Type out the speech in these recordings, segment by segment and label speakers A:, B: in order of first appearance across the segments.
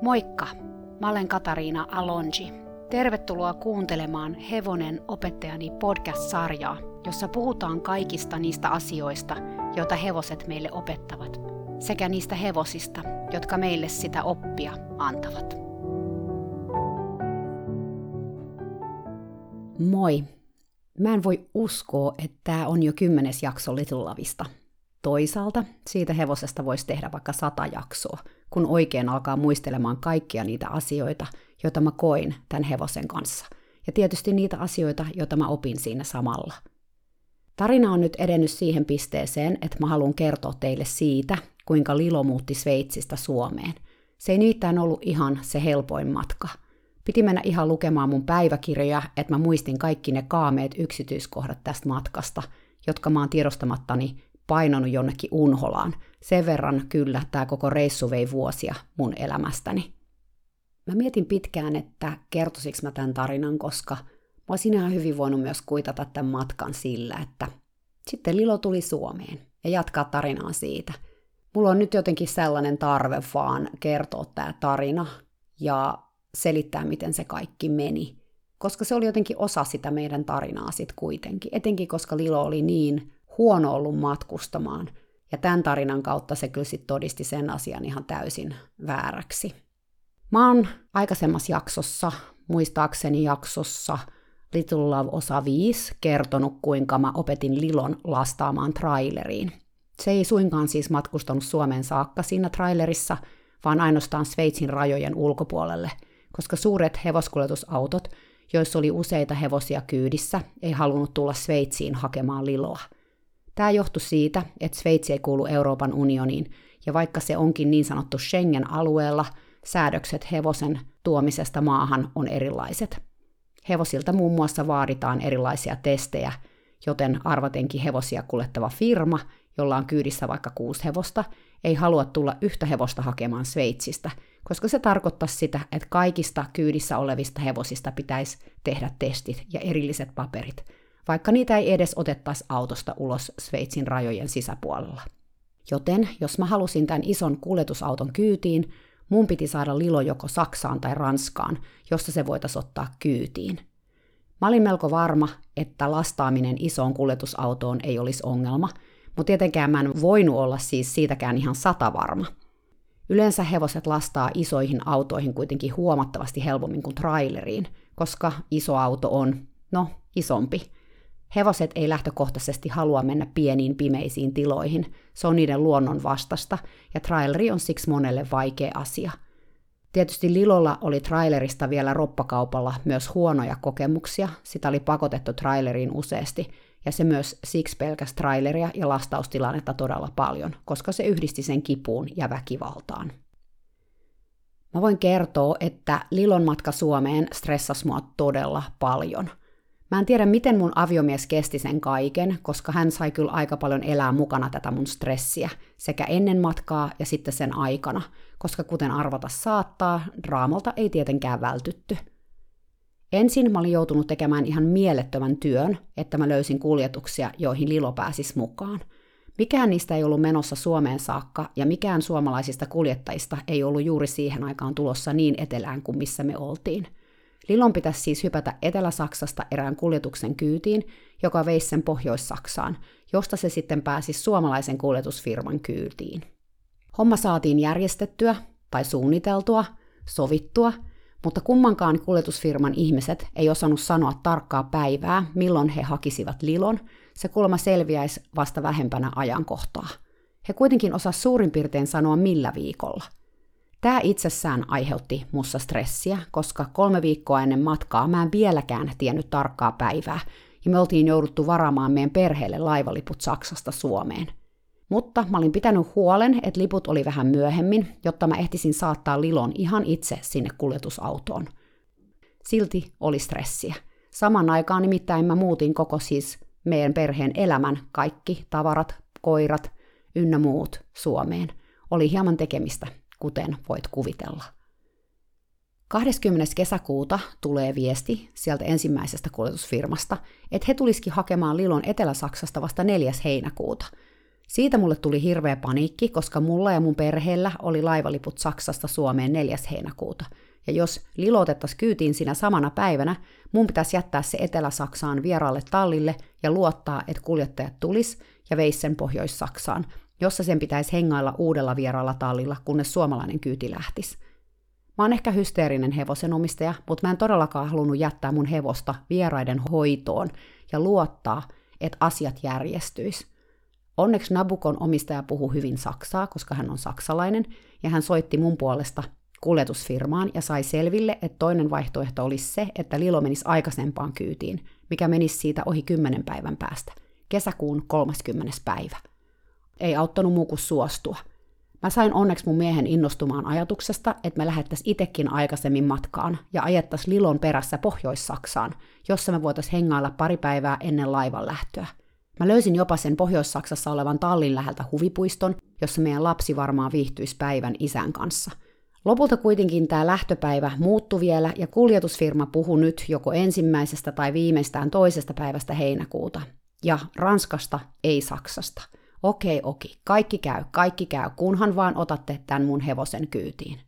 A: Moikka! Mä olen Katariina Alonji. Tervetuloa kuuntelemaan Hevonen opettajani podcast-sarjaa, jossa puhutaan kaikista niistä asioista, joita hevoset meille opettavat, sekä niistä hevosista, jotka meille sitä oppia antavat.
B: Moi! Mä en voi uskoa, että tää on jo 10. jakso Little Loveista. Toisaalta siitä hevosesta voisi tehdä vaikka 100 jaksoa, kun oikein alkaa muistelemaan kaikkia niitä asioita, joita mä koin tämän hevosen kanssa. Ja tietysti niitä asioita, joita mä opin siinä samalla. Tarina on nyt edennyt siihen pisteeseen, että mä haluan kertoa teille siitä, kuinka Lilo muutti Sveitsistä Suomeen. Se ei nimittäin ollut ihan se helpoin matka. Piti mennä ihan lukemaan mun päiväkirjoja, että mä muistin kaikki ne kaameet yksityiskohdat tästä matkasta, jotka mä oon tiedostamattani painonut jonnekin unholaan. Sen verran kyllä tämä koko reissu vei vuosia mun elämästäni. Mä mietin pitkään, että kertoisinko mä tämän tarinan, koska mä olisin ihan hyvin voinut myös kuitata tämän matkan sillä, että sitten Lilo tuli Suomeen ja jatkaa tarinaa siitä. Mulla on nyt jotenkin sellainen tarve vaan kertoa tämä tarina ja selittää, miten se kaikki meni. Koska se oli jotenkin osa sitä meidän tarinaa sitten kuitenkin, etenkin koska Lilo oli niin huono ollut matkustamaan. Ja tämän tarinan kautta se kyllä sitten todisti sen asian ihan täysin vääräksi. Mä oon aikaisemmassa jaksossa, muistaakseni jaksossa Little Love osa 5, kertonut, kuinka mä opetin Lilon lastaamaan traileriin. Se ei suinkaan siis matkustanut Suomeen saakka siinä trailerissa, vaan ainoastaan Sveitsin rajojen ulkopuolelle, koska suuret hevoskuljetusautot, joissa oli useita hevosia kyydissä, ei halunnut tulla Sveitsiin hakemaan Liloa. Tämä johtui siitä, että Sveitsi ei kuulu Euroopan unioniin, ja vaikka se onkin niin sanottu Schengen-alueella, säädökset hevosen tuomisesta maahan on erilaiset. Hevosilta muun muassa vaaditaan erilaisia testejä, joten arvatenkin hevosia kuljettava firma, jolla on kyydissä vaikka 6 hevosta, ei halua tulla yhtä hevosta hakemaan Sveitsistä, koska se tarkoittaa sitä, että kaikista kyydissä olevista hevosista pitäisi tehdä testit ja erilliset paperit, vaikka niitä ei edes otettaisi autosta ulos Sveitsin rajojen sisäpuolella. Joten jos mä halusin tämän ison kuljetusauton kyytiin, mun piti saada Lilo joko Saksaan tai Ranskaan, josta se voitaisiin ottaa kyytiin. Mä olin melko varma, että lastaaminen isoon kuljetusautoon ei olisi ongelma, mutta tietenkään mä en voinut olla siis siitäkään ihan 100 varma. Yleensä hevoset lastaa isoihin autoihin kuitenkin huomattavasti helpommin kuin traileriin, koska iso auto on, isompi. Hevoset ei lähtökohtaisesti halua mennä pieniin pimeisiin tiloihin, se on niiden luonnon vastasta, ja traileri on siksi monelle vaikea asia. Tietysti Lilolla oli trailerista vielä roppakaupalla myös huonoja kokemuksia, sitä oli pakotettu traileriin useasti, ja se myös siksi pelkäsi traileria ja lastaustilannetta todella paljon, koska se yhdisti sen kipuun ja väkivaltaan. Mä voin kertoa, että Lilon matka Suomeen stressasi mua todella paljon. Mä en tiedä, miten mun aviomies kesti sen kaiken, koska hän sai kyllä aika paljon elää mukana tätä mun stressiä, sekä ennen matkaa ja sitten sen aikana, koska kuten arvata saattaa, draamalta ei tietenkään vältytty. Ensin mä olin joutunut tekemään ihan mielettömän työn, että mä löysin kuljetuksia, joihin Lilo pääsisi mukaan. Mikään niistä ei ollut menossa Suomeen saakka, ja mikään suomalaisista kuljettajista ei ollut juuri siihen aikaan tulossa niin etelään kuin missä me oltiin. Lilon pitäisi siis hypätä Etelä-Saksasta erään kuljetuksen kyytiin, joka veisi sen Pohjois-Saksaan, josta se sitten pääsisi suomalaisen kuljetusfirman kyytiin. Homma saatiin järjestettyä tai suunniteltua, sovittua, mutta kummankaan kuljetusfirman ihmiset ei osannut sanoa tarkkaa päivää, milloin he hakisivat Lilon, se kuulemma selviäisi vasta vähempänä ajankohtaa. He kuitenkin osasivat suurin piirtein sanoa millä viikolla. Tämä itsessään aiheutti mussa stressiä, koska 3 viikkoa ennen matkaa mä en vieläkään tiennyt tarkkaa päivää, ja me oltiin jouduttu varaamaan meidän perheelle laivaliput Saksasta Suomeen. Mutta mä olin pitänyt huolen, että liput oli vähän myöhemmin, jotta mä ehtisin saattaa Lilon ihan itse sinne kuljetusautoon. Silti oli stressiä. Saman aikaan nimittäin mä muutin koko siis meidän perheen elämän, kaikki tavarat, koirat ynnä muut Suomeen. Oli hieman tekemistä, kuten voit kuvitella. 20. kesäkuuta tulee viesti sieltä ensimmäisestä kuljetusfirmasta, että he tulisikin hakemaan Lilon Etelä-Saksasta vasta 4. heinäkuuta. Siitä mulle tuli hirveä paniikki, koska mulla ja mun perheellä oli laivaliput Saksasta Suomeen 4. heinäkuuta. Ja jos Lilo otettaisiin kyytiin siinä samana päivänä, mun pitäisi jättää se Etelä-Saksaan vieraalle tallille ja luottaa, että kuljettajat tulis ja veis sen Pohjois-Saksaan, jossa sen pitäisi hengailla uudella vieraalla tallilla, kunnes suomalainen kyyti lähtisi. Mä oon ehkä hysteerinen hevosenomistaja, mutta mä en todellakaan halunnut jättää mun hevosta vieraiden hoitoon ja luottaa, että asiat järjestyis. Onneksi Nabukon omistaja puhui hyvin saksaa, koska hän on saksalainen, ja hän soitti mun puolesta kuljetusfirmaan ja sai selville, että toinen vaihtoehto olisi se, että Lilo menisi aikaisempaan kyytiin, mikä menisi siitä ohi 10 päivän päästä, kesäkuun 30. päivä. Ei auttanut muu kuin suostua. Mä sain onneksi mun miehen innostumaan ajatuksesta, että me lähettäisiin itsekin aikaisemmin matkaan ja ajettaisiin Lilon perässä Pohjois-Saksaan, jossa me voitaisiin hengailla pari päivää ennen laivan lähtöä. Mä löysin jopa sen Pohjois-Saksassa olevan tallin läheltä huvipuiston, jossa meidän lapsi varmaan viihtyisi päivän isän kanssa. Lopulta kuitenkin tämä lähtöpäivä muuttui vielä ja kuljetusfirma puhui nyt joko ensimmäisestä tai viimeistään 2. päivästä heinäkuuta. Ja Ranskasta, ei Saksasta. Okei, kaikki käy, kunhan vaan otatte tämän mun hevosen kyytiin.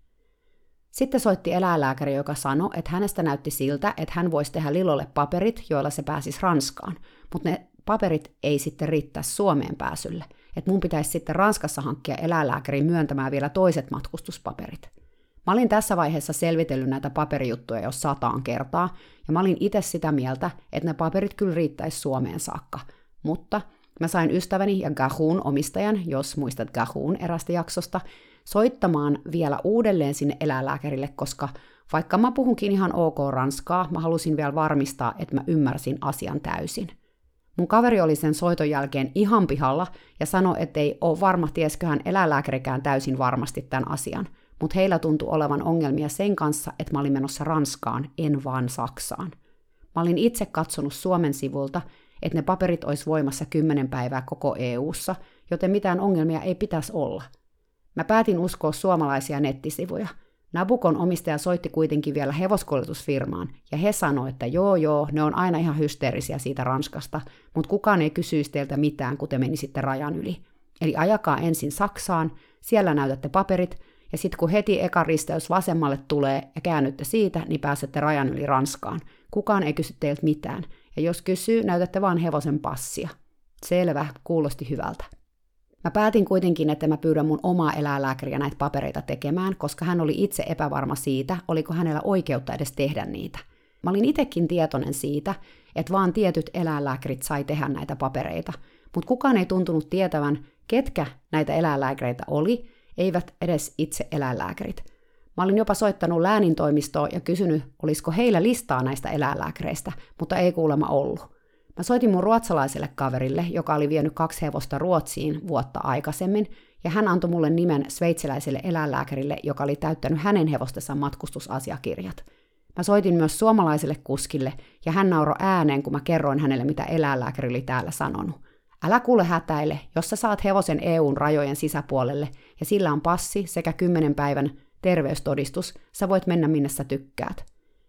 B: Sitten soitti eläinlääkäri, joka sanoi, että hänestä näytti siltä, että hän voisi tehdä Lilolle paperit, joilla se pääsisi Ranskaan, mutta ne paperit ei sitten riittäisi Suomeen pääsylle, että mun pitäisi sitten Ranskassa hankkia eläinlääkärin myöntämään vielä toiset matkustuspaperit. Mä olin tässä vaiheessa selvitellyt näitä paperijuttuja jo 100 kertaa, ja mä olin itse sitä mieltä, että ne paperit kyllä riittäisi Suomeen saakka, mutta mä sain ystäväni ja Gahun omistajan, jos muistat Gahun erästä jaksosta, soittamaan vielä uudelleen sinne eläinlääkärille, koska vaikka mä puhunkin ihan ok ranskaa, mä halusin vielä varmistaa, että mä ymmärsin asian täysin. Mun kaveri oli sen soiton jälkeen ihan pihalla ja sanoi, ettei ole varma, tiesköhän eläinlääkärikään täysin varmasti tämän asian, mutta heillä tuntui olevan ongelmia sen kanssa, että mä olin menossa Ranskaan, en vaan Saksaan. Mä olin itse katsonut Suomen sivulta, että ne paperit olisi voimassa 10 päivää koko EU:ssa, joten mitään ongelmia ei pitäisi olla. Mä päätin uskoa suomalaisia nettisivuja. Nabukon omistaja soitti kuitenkin vielä hevoskuljetusfirmaan, ja he sanoivat, että joo, ne on aina ihan hysteerisiä siitä Ranskasta, mutta kukaan ei kysyisi teiltä mitään, kun te menisitte rajan yli. Eli ajakaa ensin Saksaan, siellä näytätte paperit, ja sitten kun heti eka risteys vasemmalle tulee ja käännytte siitä, niin pääsette rajan yli Ranskaan. Kukaan ei kysy teiltä mitään, ja jos kysyy, näytätte vaan hevosen passia. Selvä, kuulosti hyvältä. Mä päätin kuitenkin, että mä pyydän mun omaa eläinlääkäriä näitä papereita tekemään, koska hän oli itse epävarma siitä, oliko hänellä oikeutta edes tehdä niitä. Mä olin itsekin tietoinen siitä, että vaan tietyt eläinlääkärit sai tehdä näitä papereita, mutta kukaan ei tuntunut tietävän, ketkä näitä eläinlääkäreitä oli, eivät edes itse eläinlääkärit. Mä olin jopa soittanut läänintoimistoon ja kysynyt, olisiko heillä listaa näistä eläinlääkäreistä, mutta ei kuulemma ollut. Mä soitin mun ruotsalaiselle kaverille, joka oli vienyt 2 hevosta Ruotsiin vuotta aikaisemmin, ja hän antoi mulle nimen sveitsiläiselle eläinlääkärille, joka oli täyttänyt hänen hevostensa matkustusasiakirjat. Mä soitin myös suomalaiselle kuskille, ja hän nauroi ääneen, kun mä kerroin hänelle, mitä eläinlääkäri oli täällä sanonut. Älä kuule hätäile, jos sä saat hevosen EUn rajojen sisäpuolelle, ja sillä on passi sekä 10 päivän terveystodistus, sä voit mennä minne sä tykkäät.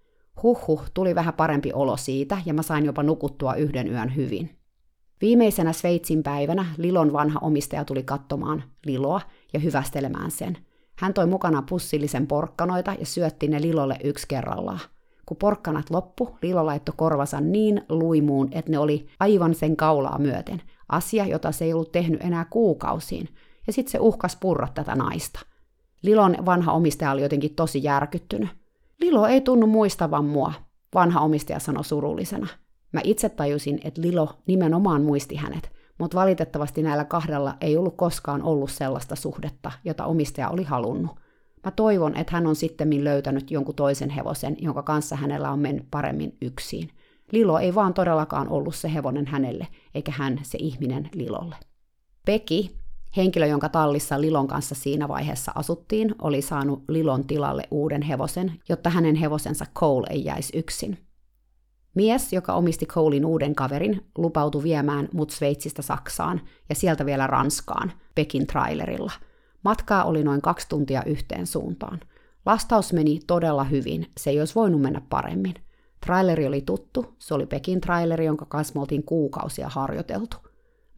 B: Tuli vähän parempi olo siitä, ja mä sain jopa nukuttua 1 yön hyvin. Viimeisenä Sveitsin päivänä Lilon vanha omistaja tuli katsomaan Liloa ja hyvästelemään sen. Hän toi mukana pussillisen porkkanoita ja syötti ne Lilolle 1 kerrallaan. Kun porkkanat loppu, Lilo laittoi korvansa niin luimuun, että ne oli aivan sen kaulaa myöten. Asia, jota se ei ollut tehnyt enää kuukausiin. Ja sitten se uhkas purra tätä naista. Lilon vanha omistaja oli jotenkin tosi järkyttynyt. Lilo ei tunnu muistavan mua, vanha omistaja sanoi surullisena. Mä itse tajusin, että Lilo nimenomaan muisti hänet, mutta valitettavasti näillä 2 ei ollut koskaan ollut sellaista suhdetta, jota omistaja oli halunnut. Mä toivon, että hän on sittemmin löytänyt jonkun toisen hevosen, jonka kanssa hänellä on mennyt paremmin yksin. Lilo ei vaan todellakaan ollut se hevonen hänelle, eikä hän se ihminen Lilolle. Peki, henkilö, jonka tallissa Lilon kanssa siinä vaiheessa asuttiin, oli saanut Lilon tilalle uuden hevosen, jotta hänen hevosensa Cole ei jäisi yksin. Mies, joka omisti Colein uuden kaverin, lupautui viemään mut Sveitsistä Saksaan ja sieltä vielä Ranskaan, Pekin trailerilla. Matkaa oli noin 2 tuntia yhteen suuntaan. Lastaus meni todella hyvin, se ei olisi voinut mennä paremmin. Traileri oli tuttu, se oli Pekin traileri, jonka kanssa me oltiin kuukausia harjoiteltu.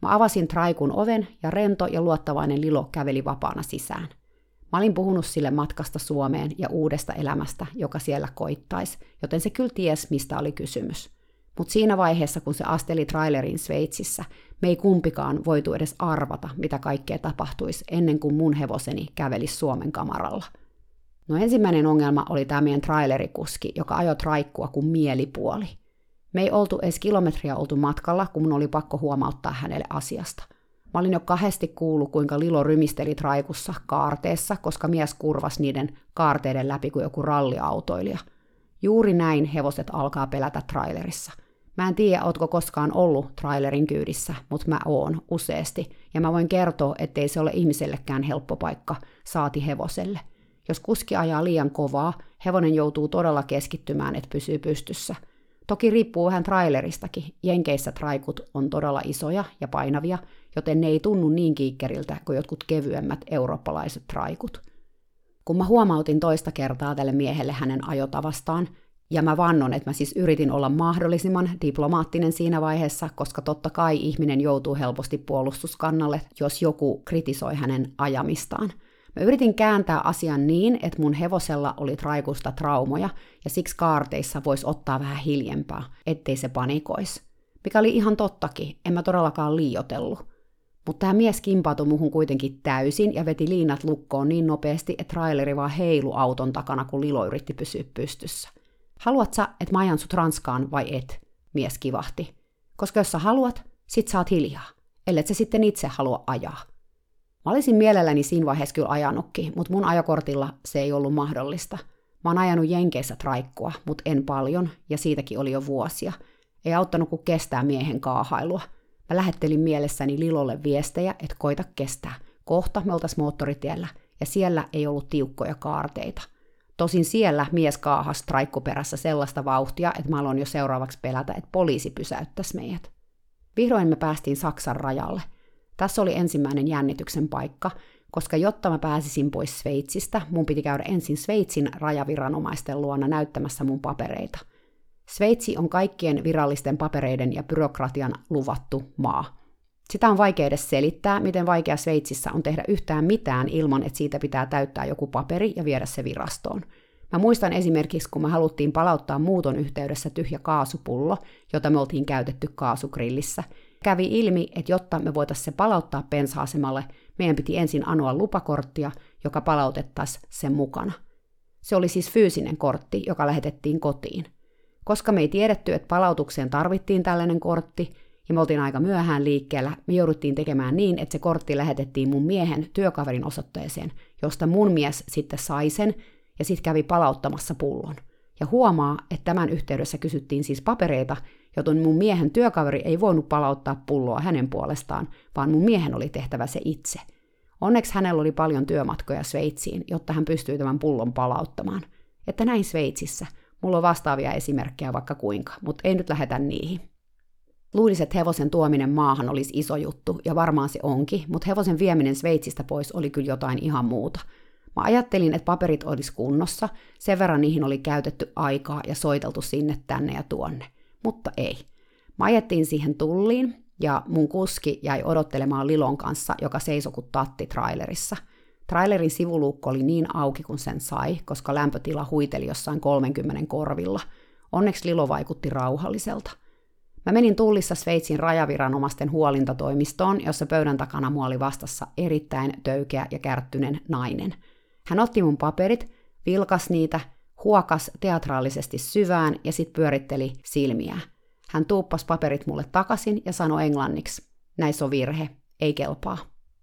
B: Mä avasin traikun oven ja rento ja luottavainen Lilo käveli vapaana sisään. Mä olin puhunut sille matkasta Suomeen ja uudesta elämästä, joka siellä koittaisi, joten se kyllä ties, mistä oli kysymys. Mutta siinä vaiheessa, kun se asteli traileriin Sveitsissä, me ei kumpikaan voitu edes arvata, mitä kaikkea tapahtuisi ennen kuin mun hevoseni kävelisi Suomen kamaralla. No ensimmäinen ongelma oli tämä meidän trailerikuski, joka ajoi traikkua kuin mielipuoli. Me ei oltu edes kilometriä oltu matkalla, kun mun oli pakko huomauttaa hänelle asiasta. Mä olin jo kahdesti kuullut, kuinka Lilo rymisteli traikussa kaarteessa, koska mies kurvasi niiden kaarteiden läpi kuin joku ralliautoilija. Juuri näin hevoset alkaa pelätä trailerissa. Mä en tiedä, ootko koskaan ollut trailerin kyydissä, mutta mä oon useasti, ja mä voin kertoa, ettei se ole ihmisellekään helppo paikka, saati hevoselle. Jos kuski ajaa liian kovaa, hevonen joutuu todella keskittymään, että pysyy pystyssä. Toki riippuu vähän traileristakin. Jenkeissä traikut on todella isoja ja painavia, joten ne ei tunnu niin kiikkeriltä kuin jotkut kevyemmät eurooppalaiset traikut. Kun mä huomautin toista kertaa tälle miehelle hänen ajotavastaan, ja mä vannon, että mä siis yritin olla mahdollisimman diplomaattinen siinä vaiheessa, koska totta kai ihminen joutuu helposti puolustuskannalle, jos joku kritisoi hänen ajamistaan. Mä yritin kääntää asian niin, että mun hevosella oli traikusta traumoja, ja siksi kaarteissa voisi ottaa vähän hiljempaa, ettei se panikoisi. Mikä oli ihan tottakin, en mä todellakaan liioitellut. Mutta tämä mies kimpautui muhun kuitenkin täysin ja veti liinat lukkoon niin nopeasti, että traileri vaan heilu auton takana, kun Lilo yritti pysyä pystyssä. Haluat sä, että mä ajan sut Ranskaan vai et? Mies kivahti. Koska jos sä haluat, sit sä oot hiljaa, ellet sä sitten itse halua ajaa. Mä olisin mielelläni siinä vaiheessa kyllä ajanutkin, mutta mun ajokortilla se ei ollut mahdollista. Mä oon ajanut Jenkeissä traikkua, mutta en paljon, ja siitäkin oli jo vuosia. Ei auttanut kuin kestää miehen kaahailua. Mä lähettelin mielessäni Lilolle viestejä, että koita kestää. Kohta me oltais moottoritiellä, ja siellä ei ollut tiukkoja kaarteita. Tosin siellä mies kaahasi traikkuperässä sellaista vauhtia, että mä aloin jo seuraavaksi pelätä, että poliisi pysäyttäisi meidät. Vihdoin me päästiin Saksan rajalle. Tässä oli ensimmäinen jännityksen paikka, koska jotta mä pääsisin pois Sveitsistä, mun piti käydä ensin Sveitsin rajaviranomaisten luona näyttämässä mun papereita. Sveitsi on kaikkien virallisten papereiden ja byrokratian luvattu maa. Sitä on vaikea edes selittää, miten vaikea Sveitsissä on tehdä yhtään mitään ilman, että siitä pitää täyttää joku paperi ja viedä se virastoon. Mä muistan esimerkiksi, kun me haluttiin palauttaa muuton yhteydessä tyhjä kaasupullo, jota me oltiin käytetty kaasugrillissä. Kävi ilmi, että jotta me voitaisiin se palauttaa bensa-asemalle, meidän piti ensin anoa lupakorttia, joka palautettaisiin sen mukana. Se oli siis fyysinen kortti, joka lähetettiin kotiin. Koska me ei tiedetty, että palautukseen tarvittiin tällainen kortti, ja me oltiin aika myöhään liikkeellä, me jouduttiin tekemään niin, että se kortti lähetettiin mun miehen työkaverin osoitteeseen, josta mun mies sitten sai sen, ja sitten kävi palauttamassa pullon. Ja huomaa, että tämän yhteydessä kysyttiin siis papereita, joten mun miehen työkaveri ei voinut palauttaa pulloa hänen puolestaan, vaan mun miehen oli tehtävä se itse. Onneksi hänellä oli paljon työmatkoja Sveitsiin, jotta hän pystyi tämän pullon palauttamaan. Että näin Sveitsissä. Mulla on vastaavia esimerkkejä vaikka kuinka, mutta ei nyt lähetä niihin. Luulisi, että hevosen tuominen maahan olisi iso juttu, ja varmaan se onkin, mutta hevosen vieminen Sveitsistä pois oli kyllä jotain ihan muuta. Mä ajattelin, että paperit olisi kunnossa, sen verran niihin oli käytetty aikaa ja soiteltu sinne, tänne ja tuonne. Mutta ei. Mä ajettiin siihen tulliin, ja mun kuski jäi odottelemaan Lilon kanssa, joka seisoi kuin tatti trailerissa. Trailerin sivuluukko oli niin auki kuin sen sai, koska lämpötila huiteli jossain 30 korvilla. Onneksi Lilo vaikutti rauhalliselta. Mä menin tullissa Sveitsin rajaviranomaisten huolintatoimistoon, jossa pöydän takana mua oli vastassa erittäin töykeä ja kärttyinen nainen. Hän otti mun paperit, vilkas niitä, huokas teatraalisesti syvään ja sit pyöritteli silmiään. Hän tuuppasi paperit mulle takaisin ja sanoi englanniksi, näissä on virhe, ei kelpaa.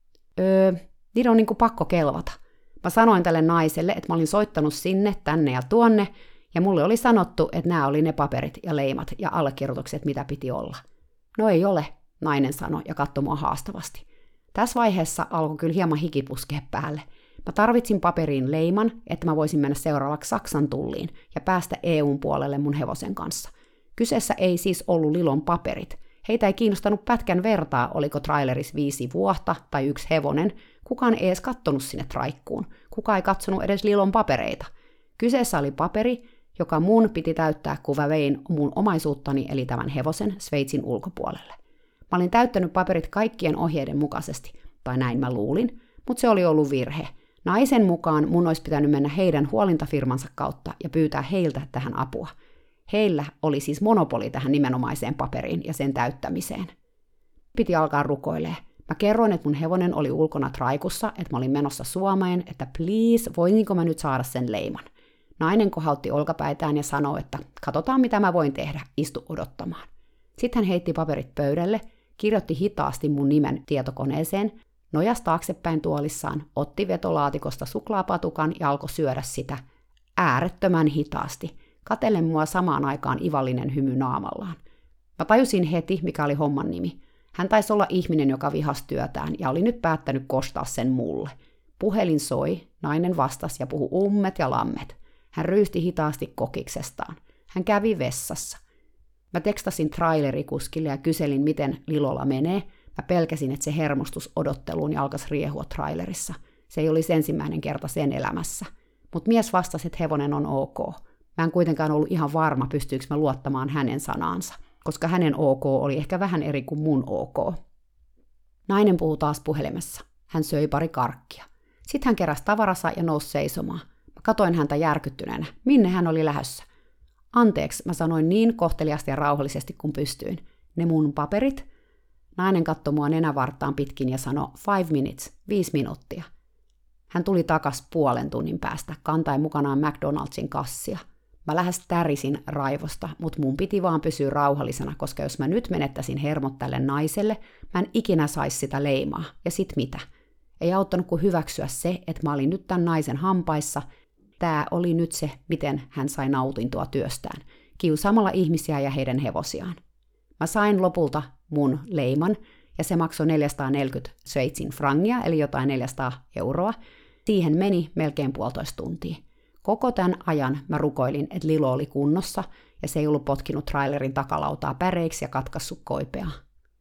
B: Niitä on niinku pakko kelvata. Mä sanoin tälle naiselle, että mä olin soittanut sinne, tänne ja tuonne, ja mulle oli sanottu, että nämä oli ne paperit ja leimat ja allekirjoitukset, mitä piti olla. No ei ole, nainen sanoi ja katsoi mua haastavasti. Tässä vaiheessa alkoi kyllä hieman hiki puskea päälle. Mä tarvitsin paperiin leiman, että mä voisin mennä seuraavaksi Saksan tulliin ja päästä EUn puolelle mun hevosen kanssa. Kyseessä ei siis ollut Lilon paperit. Heitä ei kiinnostanut pätkän vertaa, oliko traileris 5 vuotta tai 1 hevonen. Kukaan ei edes kattonut sinne traikkuun. Kukaan ei katsonut edes Lilon papereita. Kyseessä oli paperi, joka mun piti täyttää, kun mä vein mun omaisuuttani, eli tämän hevosen, Sveitsin ulkopuolelle. Mä olin täyttänyt paperit kaikkien ohjeiden mukaisesti, tai näin mä luulin, mutta se oli ollut virhe. Naisen mukaan mun olisi pitänyt mennä heidän huolintafirmansa kautta ja pyytää heiltä tähän apua. Heillä oli siis monopoli tähän nimenomaiseen paperiin ja sen täyttämiseen. Piti alkaa rukoilee. Mä kerroin, että mun hevonen oli ulkona traikussa, että mä olin menossa Suomeen, että please, voinko mä nyt saada sen leiman. Nainen kohautti olkapäitään ja sanoi, että katsotaan mitä mä voin tehdä, istu odottamaan. Sitten hän heitti paperit pöydälle, kirjoitti hitaasti mun nimen tietokoneeseen, nojasi taaksepäin tuolissaan, otti vetolaatikosta suklaapatukan ja alkoi syödä sitä äärettömän hitaasti, katellen mua samaan aikaan ivallinen hymy naamallaan. Mä tajusin heti, mikä oli homman nimi. Hän taisi olla ihminen, joka vihasi työtään ja oli nyt päättänyt kostaa sen mulle. Puhelin soi, nainen vastasi ja puhui ummet ja lammet. Hän ryysti hitaasti kokiksestaan. Hän kävi vessassa. Mä tekstasin trailerikuskille ja kyselin, miten Lilolla menee. Mä pelkäsin, että se hermostus odotteluun ja alkaisi riehua trailerissa. Se ei olisi ensimmäinen kerta sen elämässä. Mut mies vastasi, että hevonen on ok. Mä en kuitenkaan ollut ihan varma, pystyykö mä luottamaan hänen sanaansa, koska hänen ok oli ehkä vähän eri kuin mun ok. Nainen puhui taas puhelimessa. Hän söi pari karkkia. Sitten hän keräsi tavaransa ja nousi seisomaan. Mä katoin häntä järkyttyneenä. Minne hän oli lähdössä? Anteeksi, mä sanoin niin kohteliasti ja rauhallisesti kuin pystyin. Ne mun paperit? Nainen katsoi mua nenävartaan pitkin ja sanoi 5 minutes, 5 minuuttia. Hän tuli takas 0,5 tunnin päästä, kantaen mukanaan McDonald'sin kassia. Mä lähes tärisin raivosta, mutta mun piti vaan pysyä rauhallisena, koska jos mä nyt menettäisin hermot tälle naiselle, mä en ikinä saisi sitä leimaa. Ja sit mitä? Ei auttanut kuin hyväksyä se, että mä olin nyt tämän naisen hampaissa. Tää oli nyt se, miten hän sai nautintoa työstään, kiusaamalla ihmisiä ja heidän hevosiaan. Mä sain lopulta mun leiman, ja se maksoi 440 Sveitsin frangia, eli jotain 400 €. Siihen meni melkein 1,5 tuntia. Koko tämän ajan mä rukoilin, että Lilo oli kunnossa, ja se ei ollut potkinut trailerin takalautaa päreiksi ja katkaissut koipeaa.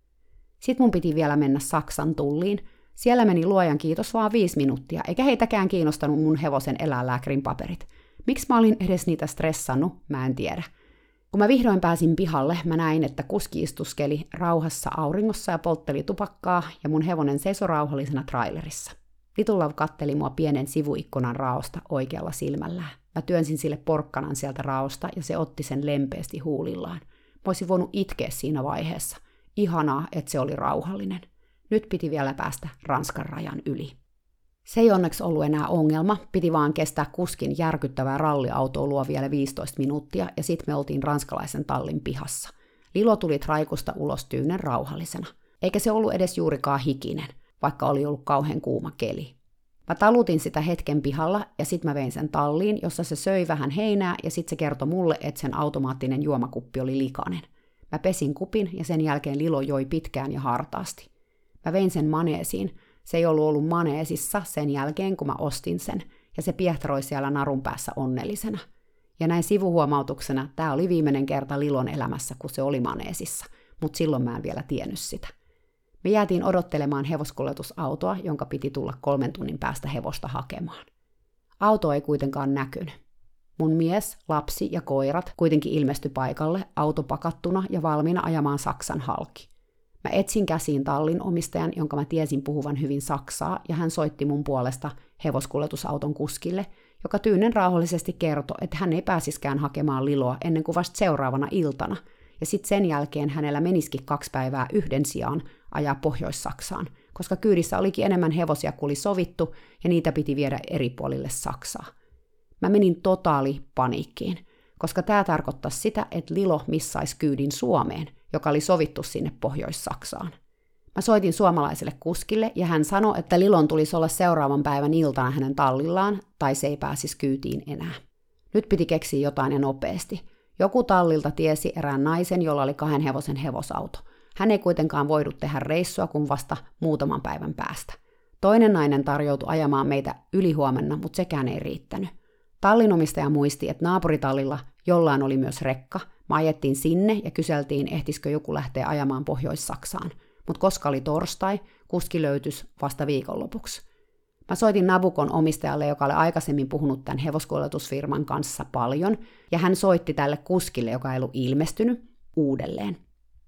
B: Sitten mun piti vielä mennä Saksan tulliin. Siellä meni luojan kiitos vaan 5 minuuttia, eikä heitäkään kiinnostanut mun hevosen eläinlääkärin paperit. Miksi mä olin edes niitä stressannut, mä en tiedä. Kun mä vihdoin pääsin pihalle, mä näin, että kuski istuskeli rauhassa auringossa ja poltteli tupakkaa, ja mun hevonen seisoi rauhallisena trailerissa. Little katteli mua pienen sivuikkunan raosta oikealla silmällään. Mä työnsin sille porkkanan sieltä raosta, ja se otti sen lempeästi huulillaan. Mä olisin voinut itkeä siinä vaiheessa. Ihanaa, että se oli rauhallinen. Nyt piti vielä päästä Ranskan rajan yli. Se ei onneksi ollut enää ongelma, piti vaan kestää kuskin järkyttävää ralliautoilua vielä 15 minuuttia, ja sit me oltiin ranskalaisen tallin pihassa. Lilo tuli traikusta ulos tyynen rauhallisena. Eikä se ollut edes juurikaan hikinen, vaikka oli ollut kauhean kuuma keli. Mä talutin sitä hetken pihalla, ja sit mä vein sen talliin, jossa se söi vähän heinää, ja sit se kertoi mulle, että sen automaattinen juomakuppi oli likainen. Mä pesin kupin, ja sen jälkeen Lilo joi pitkään ja hartaasti. Mä vein sen maneesiin. Se ei ollut maneesissa sen jälkeen, kun mä ostin sen, ja se piehtaroi siellä narun päässä onnellisena. Ja näin sivuhuomautuksena, tää oli viimeinen kerta Lilon elämässä, kun se oli maneesissa, mutta silloin mä en vielä tiennyt sitä. Me jäätiin odottelemaan hevoskuljetusautoa, jonka piti tulla 3 tunnin päästä hevosta hakemaan. Auto ei kuitenkaan näkynyt. Mun mies, lapsi ja koirat kuitenkin ilmestyi paikalle, auto pakattuna ja valmiina ajamaan Saksan halki. Mä etsin käsiin tallin omistajan, jonka mä tiesin puhuvan hyvin saksaa, ja hän soitti mun puolesta hevoskuljetusauton kuskille, joka tyynen rauhallisesti kertoi, että hän ei pääsiskään hakemaan Liloa ennen kuin vasta seuraavana iltana, ja sitten sen jälkeen hänellä menisikin 2 päivää yhden sijaan ajaa Pohjois-Saksaan, koska kyydissä olikin enemmän hevosia kuin oli sovittu, ja niitä piti viedä eri puolille Saksaa. Mä menin totaali paniikkiin, koska tämä tarkoittaisi sitä, että Lilo missaisi kyydin Suomeen, joka oli sovittu sinne Pohjois-Saksaan. Mä soitin suomalaiselle kuskille, ja hän sanoi, että Lilon tulisi olla seuraavan päivän iltana hänen tallillaan, tai se ei pääsisi kyytiin enää. Nyt piti keksiä jotain ja nopeasti. Joku tallilta tiesi erään naisen, jolla oli 2 hevosen hevosauto. Hän ei kuitenkaan voinut tehdä reissua kuin vasta muutaman päivän päästä. Toinen nainen tarjoutui ajamaan meitä ylihuomenna, mutta sekään ei riittänyt. Tallinomistaja muisti, että naapuritallilla jollain oli myös rekka. Me ajettiin sinne ja kyseltiin, ehtisikö joku lähteä ajamaan Pohjois-Saksaan. Mutta koska oli torstai, kuski löytyisi vasta viikonlopuksi. Mä soitin Nabukon omistajalle, joka oli aikaisemmin puhunut tämän hevoskuljetusfirman kanssa paljon, ja hän soitti tälle kuskille, joka ei ollut ilmestynyt, uudelleen.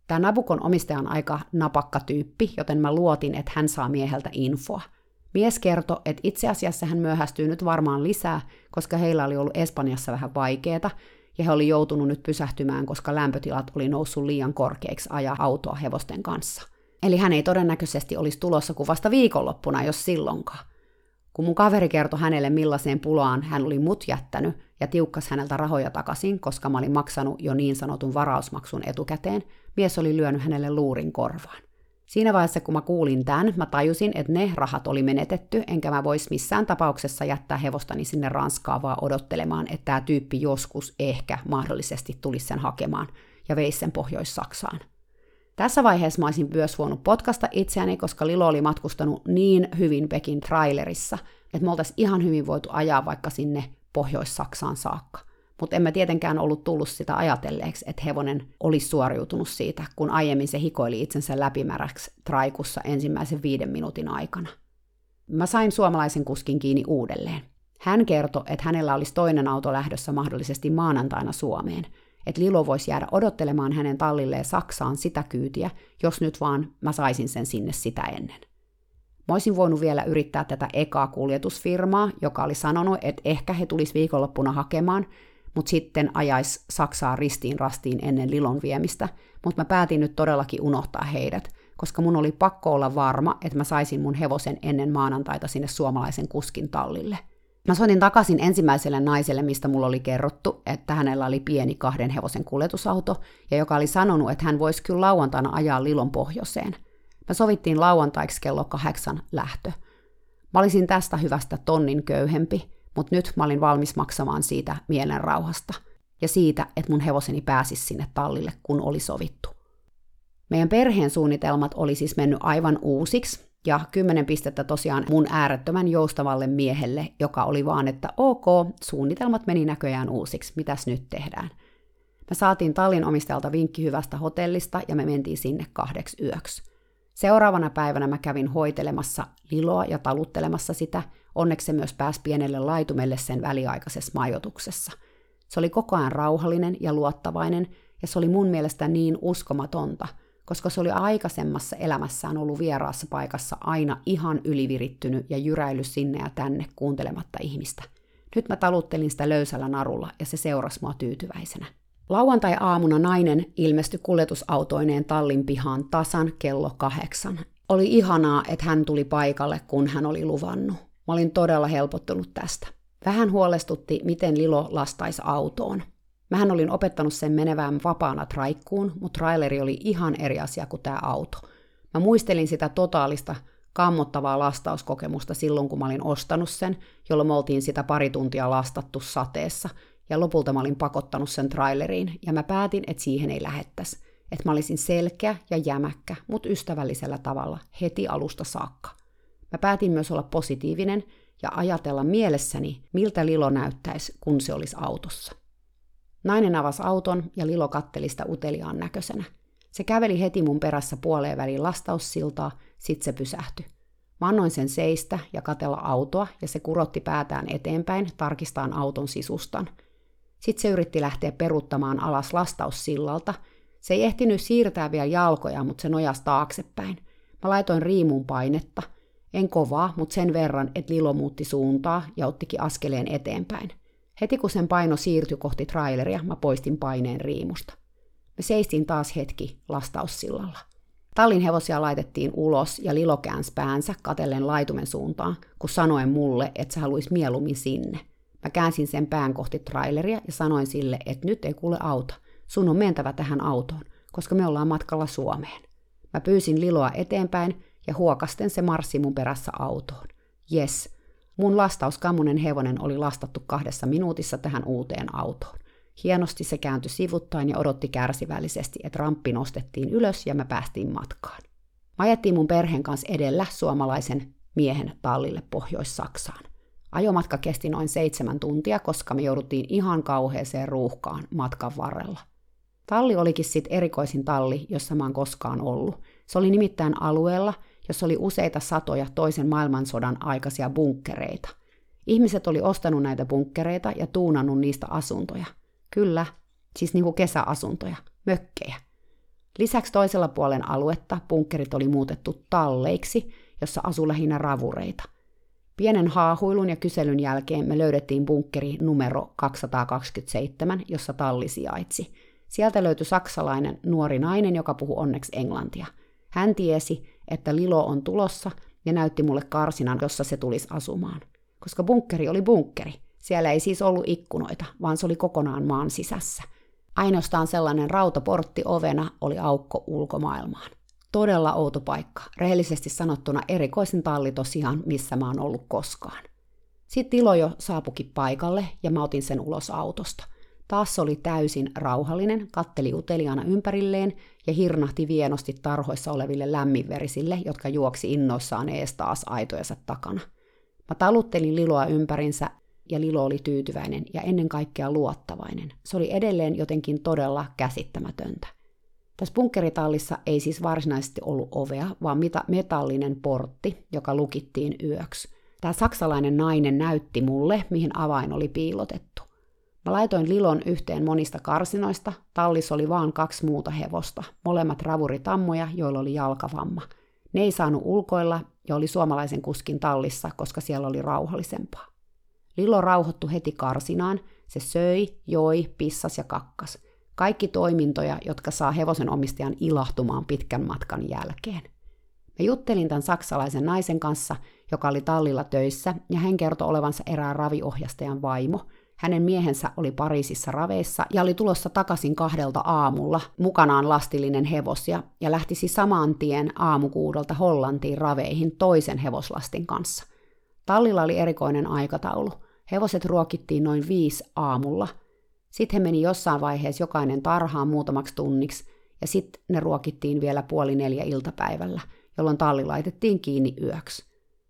B: Tämä Nabukon omistaja on aika napakka tyyppi, joten mä luotin, että hän saa mieheltä infoa. Mies kertoi, että itse asiassa hän myöhästyy nyt varmaan lisää, koska heillä oli ollut Espanjassa vähän vaikeeta, ja he oli joutunut nyt pysähtymään, koska lämpötilat oli noussut liian korkeiksi ajaa autoa hevosten kanssa. Eli hän ei todennäköisesti olisi tulossa kuin vasta viikonloppuna, jos silloinkaan. Kun mun kaveri kertoi hänelle, millaiseen pulaan hän oli mut jättänyt, ja tiukkas häneltä rahoja takaisin, koska mä olin maksanut jo niin sanotun varausmaksun etukäteen, mies oli lyönyt hänelle luurin korvaan. Siinä vaiheessa, kun mä kuulin tämän, mä tajusin, että ne rahat oli menetetty, enkä mä vois missään tapauksessa jättää hevostani sinne Ranskaan vaan odottelemaan, että tämä tyyppi joskus ehkä mahdollisesti tulisi sen hakemaan ja veisi sen Pohjois-Saksaan. Tässä vaiheessa mä olisin myös voinut potkasta itseäni, koska Lilo oli matkustanut niin hyvin Pekin trailerissa, että me oltaisiin ihan hyvin voitu ajaa vaikka sinne Pohjois-Saksaan saakka. Mutta en mä tietenkään ollut tullut sitä ajatelleeksi, että hevonen olisi suoriutunut siitä, kun aiemmin se hikoili itsensä läpimäräksi traikussa ensimmäisen 5 minuutin aikana. Mä sain suomalaisen kuskin kiinni uudelleen. Hän kertoi, että hänellä olisi toinen auto lähdössä mahdollisesti maanantaina Suomeen, että Lilo voisi jäädä odottelemaan hänen tallilleen Saksaan sitä kyytiä, jos nyt vaan mä saisin sen sinne sitä ennen. Mä olisin voinut vielä yrittää tätä ekaa kuljetusfirmaa, joka oli sanonut, että ehkä he tulisi viikonloppuna hakemaan, mutta sitten ajaisi Saksaan ristiin rastiin ennen Lilon viemistä, mutta mä päätin nyt todellakin unohtaa heidät, koska mun oli pakko olla varma, että mä saisin mun hevosen ennen maanantaita sinne suomalaisen kuskin tallille. Mä soitin takaisin ensimmäiselle naiselle, mistä mulla oli kerrottu, että hänellä oli pieni 2 hevosen kuljetusauto, ja joka oli sanonut, että hän voisi kyllä lauantaina ajaa Lilon pohjoiseen. Me sovittiin lauantaiksi kello 8 lähtö. Mä olisin tästä hyvästä tonnin köyhempi, mutta nyt mä olin valmis maksamaan siitä mielen rauhasta ja siitä, että mun hevoseni pääsisi sinne tallille, kun oli sovittu. Meidän perheen suunnitelmat oli siis mennyt aivan uusiksi, ja 10 pistettä tosiaan mun äärettömän joustavalle miehelle, joka oli vaan, että ok, suunnitelmat meni näköjään uusiksi, mitäs nyt tehdään. Me saatiin tallin omistajalta vinkki hyvästä hotellista, ja me mentiin sinne 2 yöksi. Seuraavana päivänä mä kävin hoitelemassa Liloa ja taluttelemassa sitä, onneksi se myös pääsi pienelle laitumelle sen väliaikaisessa majoituksessa. Se oli koko ajan rauhallinen ja luottavainen, ja se oli mun mielestä niin uskomatonta, koska se oli aikaisemmassa elämässään ollut vieraassa paikassa aina ihan ylivirittynyt ja jyräillyt sinne ja tänne kuuntelematta ihmistä. Nyt mä taluttelin sitä löysällä narulla, ja se seurasi mua tyytyväisenä. Lauantai-aamuna nainen ilmestyi kuljetusautoineen tallin pihaan tasan kello 8. Oli ihanaa, että hän tuli paikalle, kun hän oli luvannut. Mä olin todella helpottunut tästä. Vähän huolestutti, miten Lilo lastaisi autoon. Mähän olin opettanut sen menevään vapaana traikkuun, mutta traileri oli ihan eri asia kuin tämä auto. Mä muistelin sitä totaalista, kammottavaa lastauskokemusta silloin, kun mä olin ostanut sen, jolloin me oltiin sitä 2 tuntia lastattu sateessa, ja lopulta mä olin pakottanut sen traileriin, ja mä päätin, että siihen ei lähettäisi. Että mä olisin selkeä ja jämäkkä, mutta ystävällisellä tavalla, heti alusta saakka. Mä päätin myös olla positiivinen ja ajatella mielessäni, miltä Lilo näyttäisi, kun se olisi autossa. Nainen avasi auton ja Lilo katteli sitä uteliaan näköisenä. Se käveli heti mun perässä puoleen väliin lastaussiltaa, sit se pysähtyi. Mä annoin sen seistä ja katella autoa, ja se kurotti päätään eteenpäin tarkistaen auton sisustan. Sitten se yritti lähteä peruuttamaan alas lastaussillalta. Se ei ehtinyt siirtää vielä jalkoja, mutta se nojasi taaksepäin. Mä laitoin riimuun painetta. En kovaa, mutta sen verran, että Lilo muutti suuntaa ja ottikin askeleen eteenpäin. Heti kun sen paino siirtyi kohti traileria, mä poistin paineen riimusta. Me seistiin taas hetki lastaussillalla. Tallin hevosia laitettiin ulos ja Lilo käänsi päänsä katellen laitumen suuntaan, kun sanoen mulle, että se haluaisi mieluummin sinne. Mä käänsin sen pään kohti traileria ja sanoin sille, että nyt ei kuule auta. Sun on mentävä tähän autoon, koska me ollaan matkalla Suomeen. Mä pyysin Liloa eteenpäin ja huokasten se marssi mun perässä autoon. Jes, mun lastauskammunen hevonen oli lastattu 2 minuutissa tähän uuteen autoon. Hienosti se kääntyi sivuttain ja odotti kärsivällisesti, että ramppi nostettiin ylös ja me päästiin matkaan. Mä ajettiin mun perheen kanssa edellä suomalaisen miehen tallille Pohjois-Saksaan. Ajomatka kesti noin 7 tuntia, koska me jouduttiin ihan kauheeseen ruuhkaan matkan varrella. Talli olikin sitten erikoisin talli, jossa mä oon koskaan ollut. Se oli nimittäin alueella, jossa oli useita satoja toisen maailmansodan aikaisia bunkkereita. Ihmiset oli ostanut näitä bunkkereita ja tuunannut niistä asuntoja. Kyllä, siis niinku kesäasuntoja, mökkejä. Lisäksi toisella puolen aluetta bunkkerit oli muutettu talleiksi, jossa asui lähinnä ravureita. Pienen haahuilun ja kyselyn jälkeen me löydettiin bunkkeri numero 227, jossa talli sijaitsi. Sieltä löytyi saksalainen nuori nainen, joka puhui onneksi englantia. Hän tiesi, että Lilo on tulossa ja näytti mulle karsinan, jossa se tulisi asumaan. Koska bunkkeri oli bunkkeri. Siellä ei siis ollut ikkunoita, vaan se oli kokonaan maan sisässä. Ainoastaan sellainen rautaportti ovena oli aukko ulkomaailmaan. Todella outo paikka. Rehellisesti sanottuna erikoisin talli tosiaan, missä mä oon ollut koskaan. Sitten Ilo jo saapukin paikalle ja mä otin sen ulos autosta. Taas se oli täysin rauhallinen, katteli uteliaana ympärilleen ja hirnahti vienosti tarhoissa oleville lämminverisille, jotka juoksi innoissaan ees taas aitojensa takana. Mä taluttelin Liloa ympärinsä ja Lilo oli tyytyväinen ja ennen kaikkea luottavainen. Se oli edelleen jotenkin todella käsittämätöntä. Tässä bunkkeritallissa ei siis varsinaisesti ollut ovea, vaan metallinen portti, joka lukittiin yöksi. Tämä saksalainen nainen näytti mulle, mihin avain oli piilotettu. Mä laitoin Lilon yhteen monista karsinoista. Tallissa oli vaan 2 muuta hevosta, molemmat ravuritammoja, joilla oli jalkavamma. Ne ei saanut ulkoilla ja oli suomalaisen kuskin tallissa, koska siellä oli rauhallisempaa. Lilo rauhoittui heti karsinaan. Se söi, joi, pissas ja kakkas. Kaikki toimintoja, jotka saa hevosen omistajan ilahtumaan pitkän matkan jälkeen. Mä juttelin tämän saksalaisen naisen kanssa, joka oli tallilla töissä, ja hän kertoi olevansa erään raviohjastajan vaimo. Hänen miehensä oli Pariisissa raveissa ja oli tulossa takaisin 2 aamulla, mukanaan lastillinen hevosia, ja lähtisi saman tien aamu 6 Hollantiin raveihin toisen hevoslastin kanssa. Tallilla oli erikoinen aikataulu. Hevoset ruokittiin noin 5 aamulla. Sitten he meni jossain vaiheessa jokainen tarhaan muutamaksi tunniksi, ja sitten ne ruokittiin vielä 3:30 iltapäivällä, jolloin talli laitettiin kiinni yöksi.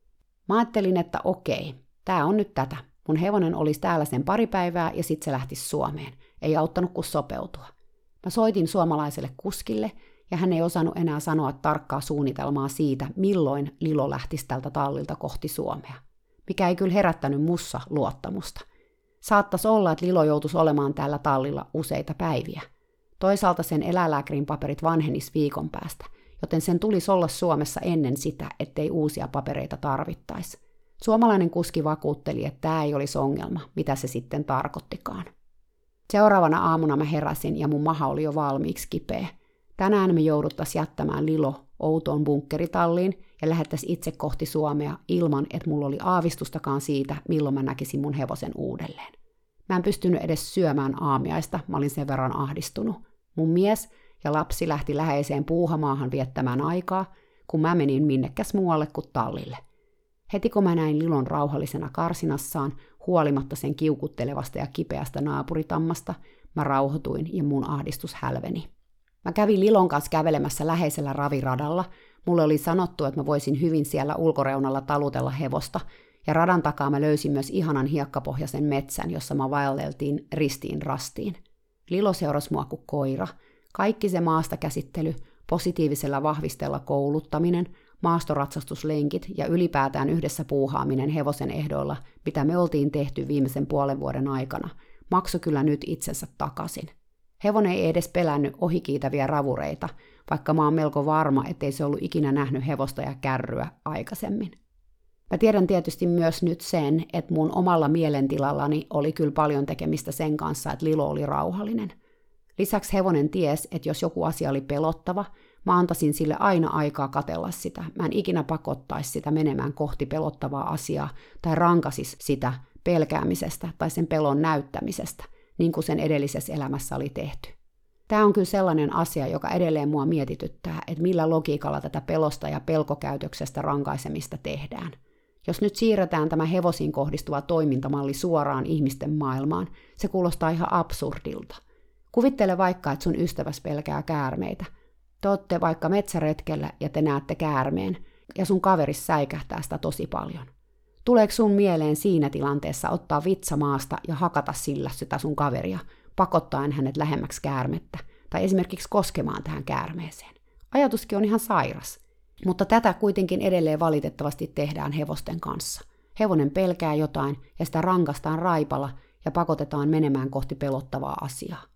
B: Mä ajattelin, että okei, tää on nyt tätä. Mun hevonen olisi täällä sen 2 päivää ja sitten se lähtisi Suomeen. Ei auttanut kuin sopeutua. Mä soitin suomalaiselle kuskille, ja hän ei osannut enää sanoa tarkkaa suunnitelmaa siitä, milloin Lilo lähtisi tältä tallilta kohti Suomea. Mikä ei kyllä herättänyt mussa luottamusta. Saattaisi olla, että Lilo joutuisi olemaan täällä tallilla useita päiviä. Toisaalta sen eläinlääkärin paperit vanhenis viikon päästä, joten sen tulisi olla Suomessa ennen sitä, ettei uusia papereita tarvittaisi. Suomalainen kuski vakuutteli, että tämä ei olisi ongelma, mitä se sitten tarkoittikaan. Seuraavana aamuna mä heräsin ja mun maha oli jo valmiiksi kipeä. Tänään me jouduttaisiin jättämään Lilo outoon bunkkeritalliin ja lähettäisiin itse kohti Suomea ilman, että mulla oli aavistustakaan siitä, milloin mä näkisin mun hevosen uudelleen. Mä en pystynyt edes syömään aamiaista, mä olin sen verran ahdistunut. Mun mies ja lapsi lähti läheiseen puuhamaahan viettämään aikaa, kun mä menin minnekäs muualle kuin tallille. Heti kun mä näin Lilon rauhallisena karsinassaan, huolimatta sen kiukuttelevasta ja kipeästä naapuritammasta, mä rauhoituin ja mun ahdistus hälveni. Mä kävin Lilon kanssa kävelemässä läheisellä raviradalla. Mulle oli sanottu, että mä voisin hyvin siellä ulkoreunalla talutella hevosta, ja radan takaa mä löysin myös ihanan hiekkapohjaisen metsän, jossa mä vaelleltiin ristiin rastiin. Lilo seurasi mua kuin koira. Kaikki se maasta käsittely, positiivisella vahvistella kouluttaminen, maastoratsastuslenkit ja ylipäätään yhdessä puuhaaminen hevosen ehdoilla, mitä me oltiin tehty viimeisen 5 vuoden aikana, maksoi kyllä nyt itsensä takaisin. Hevonen ei edes pelännyt ohikiitäviä ravureita, vaikka mä oon melko varma, ettei se ollut ikinä nähnyt hevosta ja kärryä aikaisemmin. Mä tiedän tietysti myös nyt sen, että mun omalla mielentilallani oli kyllä paljon tekemistä sen kanssa, että Lilo oli rauhallinen. Lisäksi hevonen ties, että jos joku asia oli pelottava, mä antaisin sille aina aikaa katsella sitä. Mä en ikinä pakottaisi sitä menemään kohti pelottavaa asiaa tai rankasis sitä pelkäämisestä tai sen pelon näyttämisestä, niin kuin sen edellisessä elämässä oli tehty. Tämä on kyllä sellainen asia, joka edelleen mua mietityttää, että millä logiikalla tätä pelosta ja pelkokäytöksestä rankaisemista tehdään. Jos nyt siirretään tämä hevosiin kohdistuva toimintamalli suoraan ihmisten maailmaan, se kuulostaa ihan absurdilta. Kuvittele vaikka, että sun ystäväs pelkää käärmeitä. Te ootte vaikka metsäretkellä ja te näette käärmeen, ja sun kaveris säikähtää sitä tosi paljon. Tuleeko sun mieleen siinä tilanteessa ottaa vitsa maasta ja hakata sillä sitä sun kaveria, pakottaen hänet lähemmäksi käärmettä, tai esimerkiksi koskemaan tähän käärmeeseen? Ajatuskin on ihan sairas, mutta tätä kuitenkin edelleen valitettavasti tehdään hevosten kanssa. Hevonen pelkää jotain ja sitä rankastaan raipalla ja pakotetaan menemään kohti pelottavaa asiaa.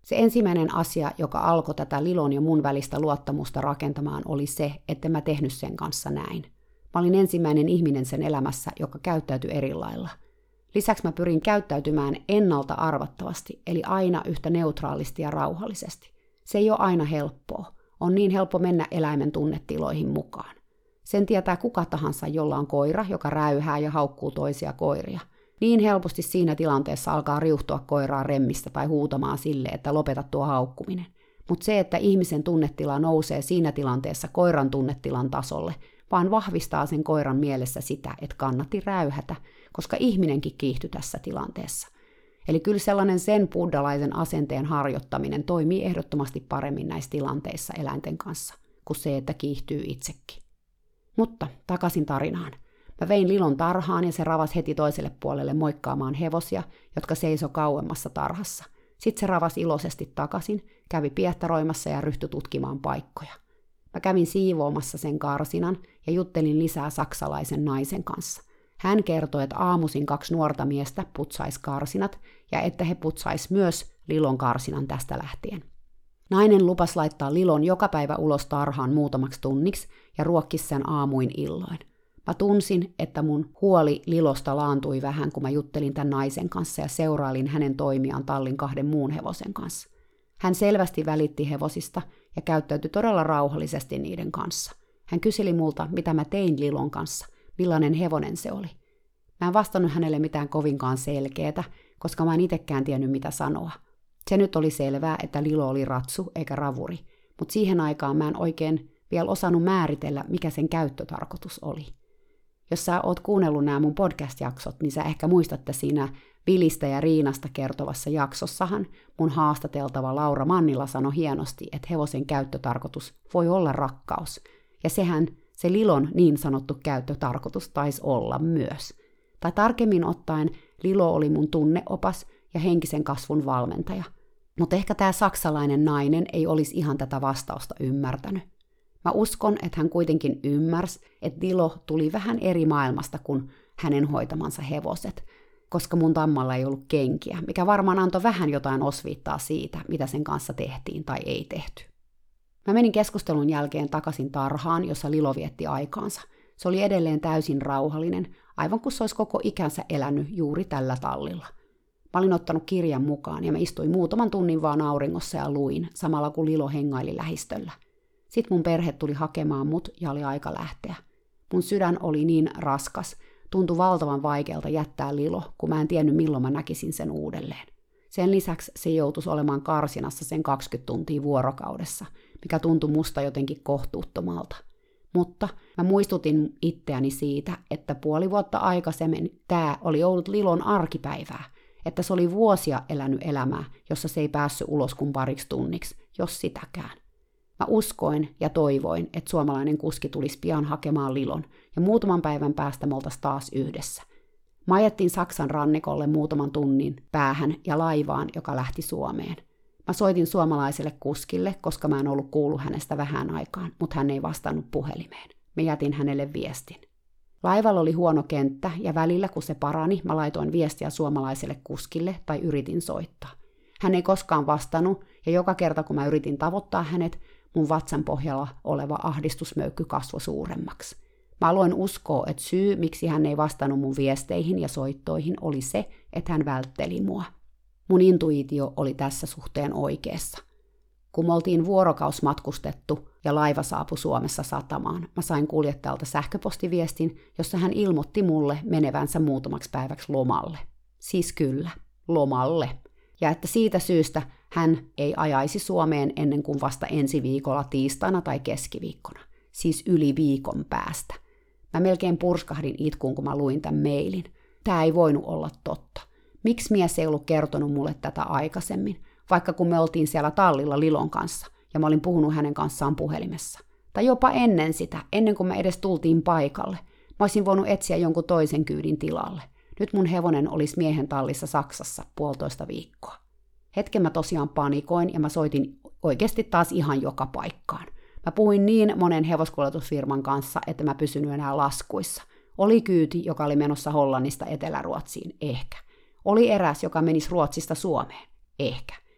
B: Se ensimmäinen asia, joka alkoi tätä Lilon ja mun välistä luottamusta rakentamaan, oli se, että mä tehnyt sen kanssa näin. Mä olin ensimmäinen ihminen sen elämässä, joka käyttäytyi eri lailla. Lisäksi mä pyrin käyttäytymään ennalta arvattavasti, eli aina yhtä neutraalisti ja rauhallisesti. Se ei ole aina helppoa. On niin helppo mennä eläimen tunnetiloihin mukaan. Sen tietää kuka tahansa, jolla on koira, joka räyhää ja haukkuu toisia koiria. Niin helposti siinä tilanteessa alkaa riuhtua koiraa remmistä tai huutamaan sille, että lopeta tuo haukkuminen. Mutta se, että ihmisen tunnetila nousee siinä tilanteessa koiran tunnetilan tasolle, vaan vahvistaa sen koiran mielessä sitä, että kannatti räyhätä, koska ihminenkin kiihtyi tässä tilanteessa. Eli kyllä sellainen sen buddhalaisen asenteen harjoittaminen toimii ehdottomasti paremmin näissä tilanteissa eläinten kanssa, kuin se, että kiihtyy itsekin. Mutta takaisin tarinaan. Mä vein Lilon tarhaan ja se ravasi heti toiselle puolelle moikkaamaan hevosia, jotka seisoi kauemmassa tarhassa. Sitten se ravasi iloisesti takaisin, kävi piehtaroimassa ja ryhtyi tutkimaan paikkoja. Mä kävin siivoamassa sen karsinan ja juttelin lisää saksalaisen naisen kanssa. Hän kertoi, että aamuisin 2 nuorta miestä putsaisi karsinat ja että he putsais myös Lilon karsinan tästä lähtien. Nainen lupasi laittaa Lilon joka päivä ulos tarhaan muutamaksi tunniksi ja ruokkisi sen aamuin illoin. Mä tunsin, että mun huoli Lilosta laantui vähän, kun mä juttelin tämän naisen kanssa ja seurailin hänen toimiaan tallin 2 muun hevosen kanssa. Hän selvästi välitti hevosista ja käyttäytyi todella rauhallisesti niiden kanssa. Hän kyseli multa, mitä mä tein Lilon kanssa, millainen hevonen se oli. Mä en vastannut hänelle mitään kovinkaan selkeätä, koska mä en itsekään tiennyt mitä sanoa. Se nyt oli selvää, että Lilo oli ratsu eikä ravuri, mutta siihen aikaan mä en oikein vielä osannut määritellä, mikä sen käyttötarkoitus oli. Jos sä oot kuunnellut nämä mun podcast-jaksot, niin sä ehkä muistatte siinä Vilistä ja Riinasta kertovassa jaksossahan mun haastateltava Laura Mannila sanoi hienosti, että hevosen käyttötarkoitus voi olla rakkaus. Ja sehän se Lilon niin sanottu käyttötarkoitus taisi olla myös. Tai tarkemmin ottaen Lilo oli mun tunneopas ja henkisen kasvun valmentaja. Mutta ehkä tämä saksalainen nainen ei olisi ihan tätä vastausta ymmärtänyt. Mä uskon, että hän kuitenkin ymmärsi, että Lilo tuli vähän eri maailmasta kuin hänen hoitamansa hevoset, koska mun tammalla ei ollut kenkiä, mikä varmaan antoi vähän jotain osviittaa siitä, mitä sen kanssa tehtiin tai ei tehty. Mä menin keskustelun jälkeen takaisin tarhaan, jossa Lilo vietti aikaansa. Se oli edelleen täysin rauhallinen, aivan kuin se olisi koko ikänsä elänyt juuri tällä tallilla. Mä olin ottanut kirjan mukaan ja mä istuin muutaman tunnin vaan auringossa ja luin, samalla kun Lilo hengaili lähistöllä. Sitten mun perhe tuli hakemaan mut ja oli aika lähteä. Mun sydän oli niin raskas, tuntui valtavan vaikealta jättää Lilo, kun mä en tiennyt milloin mä näkisin sen uudelleen. Sen lisäksi se joutuisi olemaan karsinassa sen 20 tuntia vuorokaudessa, mikä tuntui musta jotenkin kohtuuttomalta. Mutta mä muistutin itseäni siitä, että puoli vuotta aikaisemmin tää oli ollut Lilon arkipäivää, että se oli vuosia elänyt elämää, jossa se ei päässyt ulos kuin pariksi tunniksi, jos sitäkään. Mä uskoin ja toivoin, että suomalainen kuski tulisi pian hakemaan Lilon, ja muutaman päivän päästä me oltaisiin taas yhdessä. Mä ajettiin Saksan rannikolle muutaman tunnin päähän ja laivaan, joka lähti Suomeen. Mä soitin suomalaiselle kuskille, koska mä en ollut kuullut hänestä vähän aikaan, mutta hän ei vastannut puhelimeen. Mä jätin hänelle viestin. Laivalla oli huono kenttä, ja välillä kun se parani, mä laitoin viestiä suomalaiselle kuskille tai yritin soittaa. Hän ei koskaan vastannut, ja joka kerta kun mä yritin tavoittaa hänet, mun vatsan pohjalla oleva ahdistusmöykky kasvoi suuremmaksi. Mä aloin uskoa, että syy, miksi hän ei vastannut mun viesteihin ja soittoihin, oli se, että hän vältteli mua. Mun intuitio oli tässä suhteen oikeassa. Kun me oltiin vuorokaus matkustettu ja laiva saapui Suomessa satamaan, mä sain kuljettajalta sähköpostiviestin, jossa hän ilmoitti mulle menevänsä muutamaksi päiväksi lomalle. Siis kyllä, lomalle. Ja että siitä syystä hän ei ajaisi Suomeen ennen kuin vasta ensi viikolla tiistaina tai keskiviikkona. Siis yli viikon päästä. Mä melkein purskahdin itkuun, kun mä luin tämän mailin. Tää ei voinut olla totta. Miksi mies ei ollut kertonut mulle tätä aikaisemmin, vaikka kun me oltiin siellä tallilla Lilon kanssa, ja mä olin puhunut hänen kanssaan puhelimessa. Tai jopa ennen sitä, ennen kuin me edes tultiin paikalle. Mä olisin voinut etsiä jonkun toisen kyydin tilalle. Nyt mun hevonen olisi miehen tallissa Saksassa 1,5 viikkoa. Hetken mä tosiaan panikoin, ja mä soitin oikeasti taas ihan joka paikkaan. Mä puhuin niin monen hevoskuljetusfirman kanssa, että mä pysynyt enää laskuissa. Oli kyyti, joka oli menossa Hollannista Etelä-Ruotsiin, ehkä. Oli eräs, joka menisi Ruotsista Suomeen, ehkä.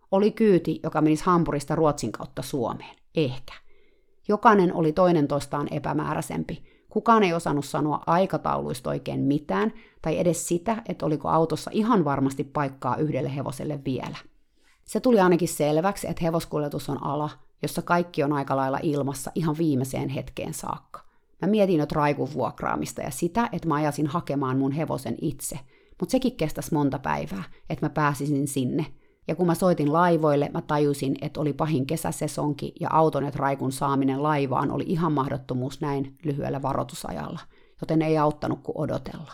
B: Oli kyyti, joka menisi Hampurista Ruotsin kautta Suomeen. Ehkä. Jokainen oli toinen tostaan epämääräisempi. Kukaan ei osannut sanoa aikatauluista oikein mitään, tai edes sitä, että oliko autossa ihan varmasti paikkaa yhdelle hevoselle vielä. Se tuli ainakin selväksi, että hevoskuljetus on ala, jossa kaikki on aika lailla ilmassa ihan viimeiseen hetkeen saakka. Mä mietin jo traikun vuokraamista ja sitä, että mä ajasin hakemaan mun hevosen itse, mutta sekin kestäisi monta päivää, että mä pääsisin sinne. Ja kun mä soitin laivoille, mä tajusin, että oli pahin kesäsesonki ja auton ja traikun saaminen laivaan oli ihan mahdottomuus näin lyhyellä varoitusajalla, joten ei auttanut kuin odotella.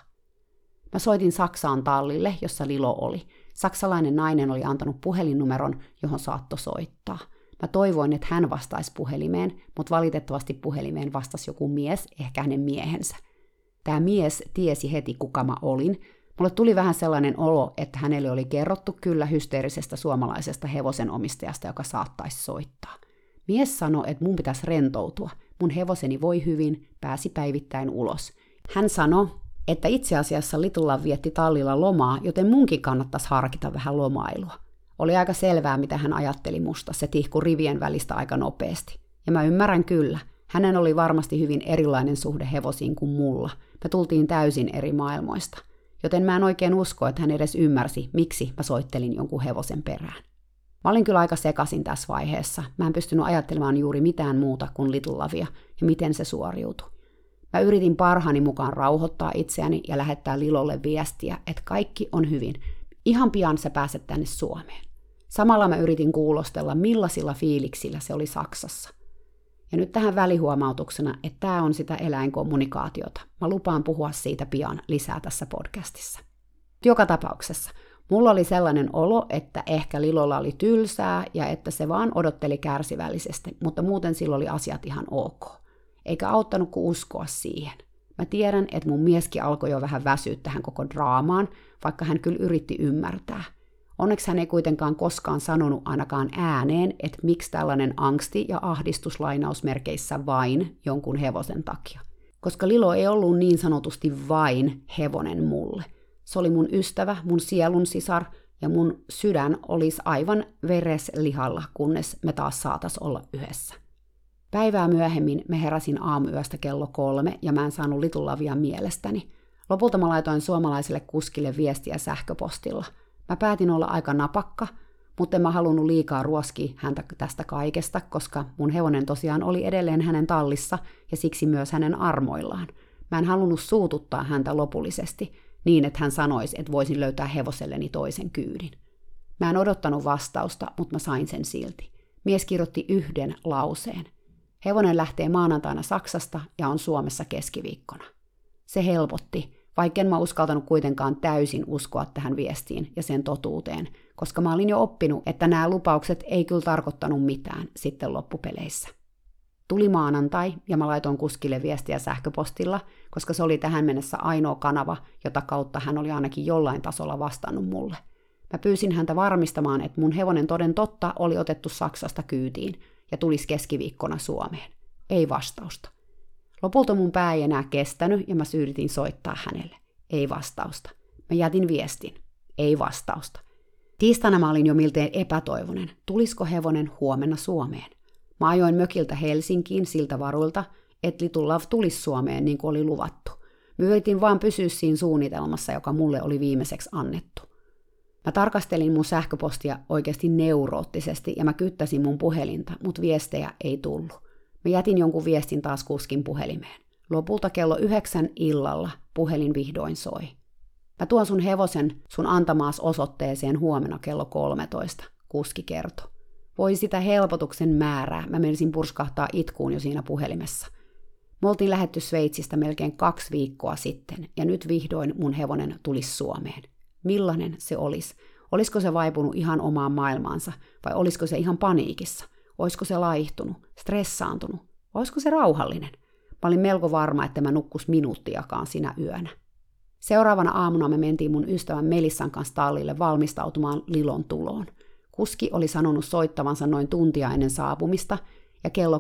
B: Mä soitin Saksaan tallille, jossa Lilo oli. Saksalainen nainen oli antanut puhelinnumeron, johon saattoi soittaa. Mä toivoin, että hän vastaisi puhelimeen, mutta valitettavasti puhelimeen vastasi joku mies, ehkä hänen miehensä. Tämä mies tiesi heti, kuka mä olin. Mulle tuli vähän sellainen olo, että hänelle oli kerrottu kyllä hysteerisestä suomalaisesta hevosen omistajasta, joka saattaisi soittaa. Mies sanoi, että mun pitäisi rentoutua. Mun hevoseni voi hyvin, pääsi päivittäin ulos. Hän sanoi, että itse asiassa Little Love vietti tallilla lomaa, joten munkin kannattaisi harkita vähän lomailua. Oli aika selvää, mitä hän ajatteli musta, se tihkui rivien välistä aika nopeasti. Ja mä ymmärrän kyllä, hänen oli varmasti hyvin erilainen suhde hevosiin kuin mulla. Me tultiin täysin eri maailmoista. Joten mä en oikein usko, että hän edes ymmärsi, miksi mä soittelin jonkun hevosen perään. Mä olin kyllä aika sekaisin tässä vaiheessa. Mä en pystynyt ajattelemaan juuri mitään muuta kuin Little Lovea ja miten se suoriutui. Mä yritin parhaani mukaan rauhoittaa itseäni ja lähettää Lilolle viestiä, että kaikki on hyvin. Ihan pian sä pääset tänne Suomeen. Samalla mä yritin kuulostella, millaisilla fiiliksillä se oli Saksassa. Ja nyt tähän välihuomautuksena, että tämä on sitä eläinkommunikaatiota. Mä lupaan puhua siitä pian lisää tässä podcastissa. Joka tapauksessa, mulla oli sellainen olo, että ehkä Lilolla oli tylsää ja että se vaan odotteli kärsivällisesti, mutta muuten sillä oli asiat ihan ok. Eikä auttanut kuin uskoa siihen. Mä tiedän, että mun mieskin alkoi jo vähän väsyä tähän koko draamaan, vaikka hän kyllä yritti ymmärtää. Onneksi hän ei kuitenkaan koskaan sanonut ainakaan ääneen, että miksi tällainen angsti ja ahdistus lainausmerkeissä vain jonkun hevosen takia. Koska Lilo ei ollut niin sanotusti vain hevonen mulle. Se oli mun ystävä, mun sielun sisar ja mun sydän olisi aivan vereslihalla, kunnes me taas saatais olla yhdessä. Päivää myöhemmin me heräsin aamuyöstä kello 3 ja mä en saanut Little Lovea mielestäni. Lopulta mä laitoin suomalaiselle kuskille viestiä sähköpostilla. Mä päätin olla aika napakka, mutta en mä halunnut liikaa ruoskia häntä tästä kaikesta, koska mun hevonen tosiaan oli edelleen hänen tallissa ja siksi myös hänen armoillaan. Mä en halunnut suututtaa häntä lopullisesti niin, että hän sanoisi, että voisin löytää hevoselleni toisen kyydin. Mä en odottanut vastausta, mutta mä sain sen silti. Mies kirjoitti yhden lauseen. Hevonen lähtee maanantaina Saksasta ja on Suomessa keskiviikkona. Se helpotti, vaikka en mä uskaltanut kuitenkaan täysin uskoa tähän viestiin ja sen totuuteen, koska mä olin jo oppinut, että nämä lupaukset ei kyllä tarkoittanut mitään sitten loppupeleissä. Tuli maanantai ja mä laitoin kuskille viestiä sähköpostilla, koska se oli tähän mennessä ainoa kanava, jota kautta hän oli ainakin jollain tasolla vastannut mulle. Mä pyysin häntä varmistamaan, että mun hevonen toden totta oli otettu Saksasta kyytiin ja tulisi keskiviikkona Suomeen. Ei vastausta. Lopulta mun pää ei enää kestänyt ja mä yritin soittaa hänelle. Ei vastausta. Mä jätin viestin. Ei vastausta. Tiistaina mä olin jo miltei epätoivoinen. Tulisiko hevonen huomenna Suomeen? Mä ajoin mökiltä Helsinkiin siltä varuilta, että Little Love tulisi Suomeen niin kuin oli luvattu. Mä yritin vaan pysyä siinä suunnitelmassa, joka mulle oli viimeiseksi annettu. Mä tarkastelin mun sähköpostia oikeasti neuroottisesti ja mä kyttäsin mun puhelinta, mutta viestejä ei tullut. Mä jätin jonkun viestin taas kuskin puhelimeen. Lopulta kello 9 illalla puhelin vihdoin soi. Mä tuon sun hevosen sun antamaas osoitteeseen huomenna kello 13, kuski kertoi. Voi sitä helpotuksen määrää, mä menisin purskahtaa itkuun jo siinä puhelimessa. Me oltiin lähdetty Sveitsistä melkein 2 viikkoa sitten, ja nyt vihdoin mun hevonen tulisi Suomeen. Millainen se olisi? Olisiko se vaipunut ihan omaan maailmaansa, vai olisiko se ihan paniikissa? Olisiko se laihtunut, stressaantunut? Olisiko se rauhallinen? Mä olin melko varma, että mä nukkus minuuttiakaan sinä yönä. Seuraavana aamuna me mentiin mun ystävän Melissan kanssa tallille valmistautumaan Lilon tuloon. Kuski oli sanonut soittavansa noin tuntia ennen saapumista, ja kello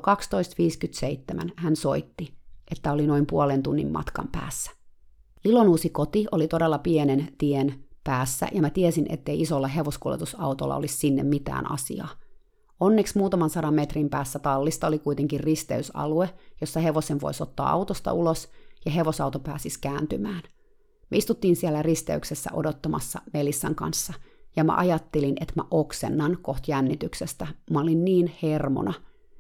B: 12.57 hän soitti, että oli noin puolen tunnin matkan päässä. Lilon uusi koti oli todella pienen tien päässä ja mä tiesin, ettei isolla hevoskuljetusautolla olisi sinne mitään asiaa. Onneksi muutaman 100 metrin päässä tallista oli kuitenkin risteysalue, jossa hevosen voisi ottaa autosta ulos ja hevosauto pääsisi kääntymään. Me istuttiin siellä risteyksessä odottamassa Melissan kanssa ja mä ajattelin, että mä oksennan kohta jännityksestä. Mä olin niin hermona.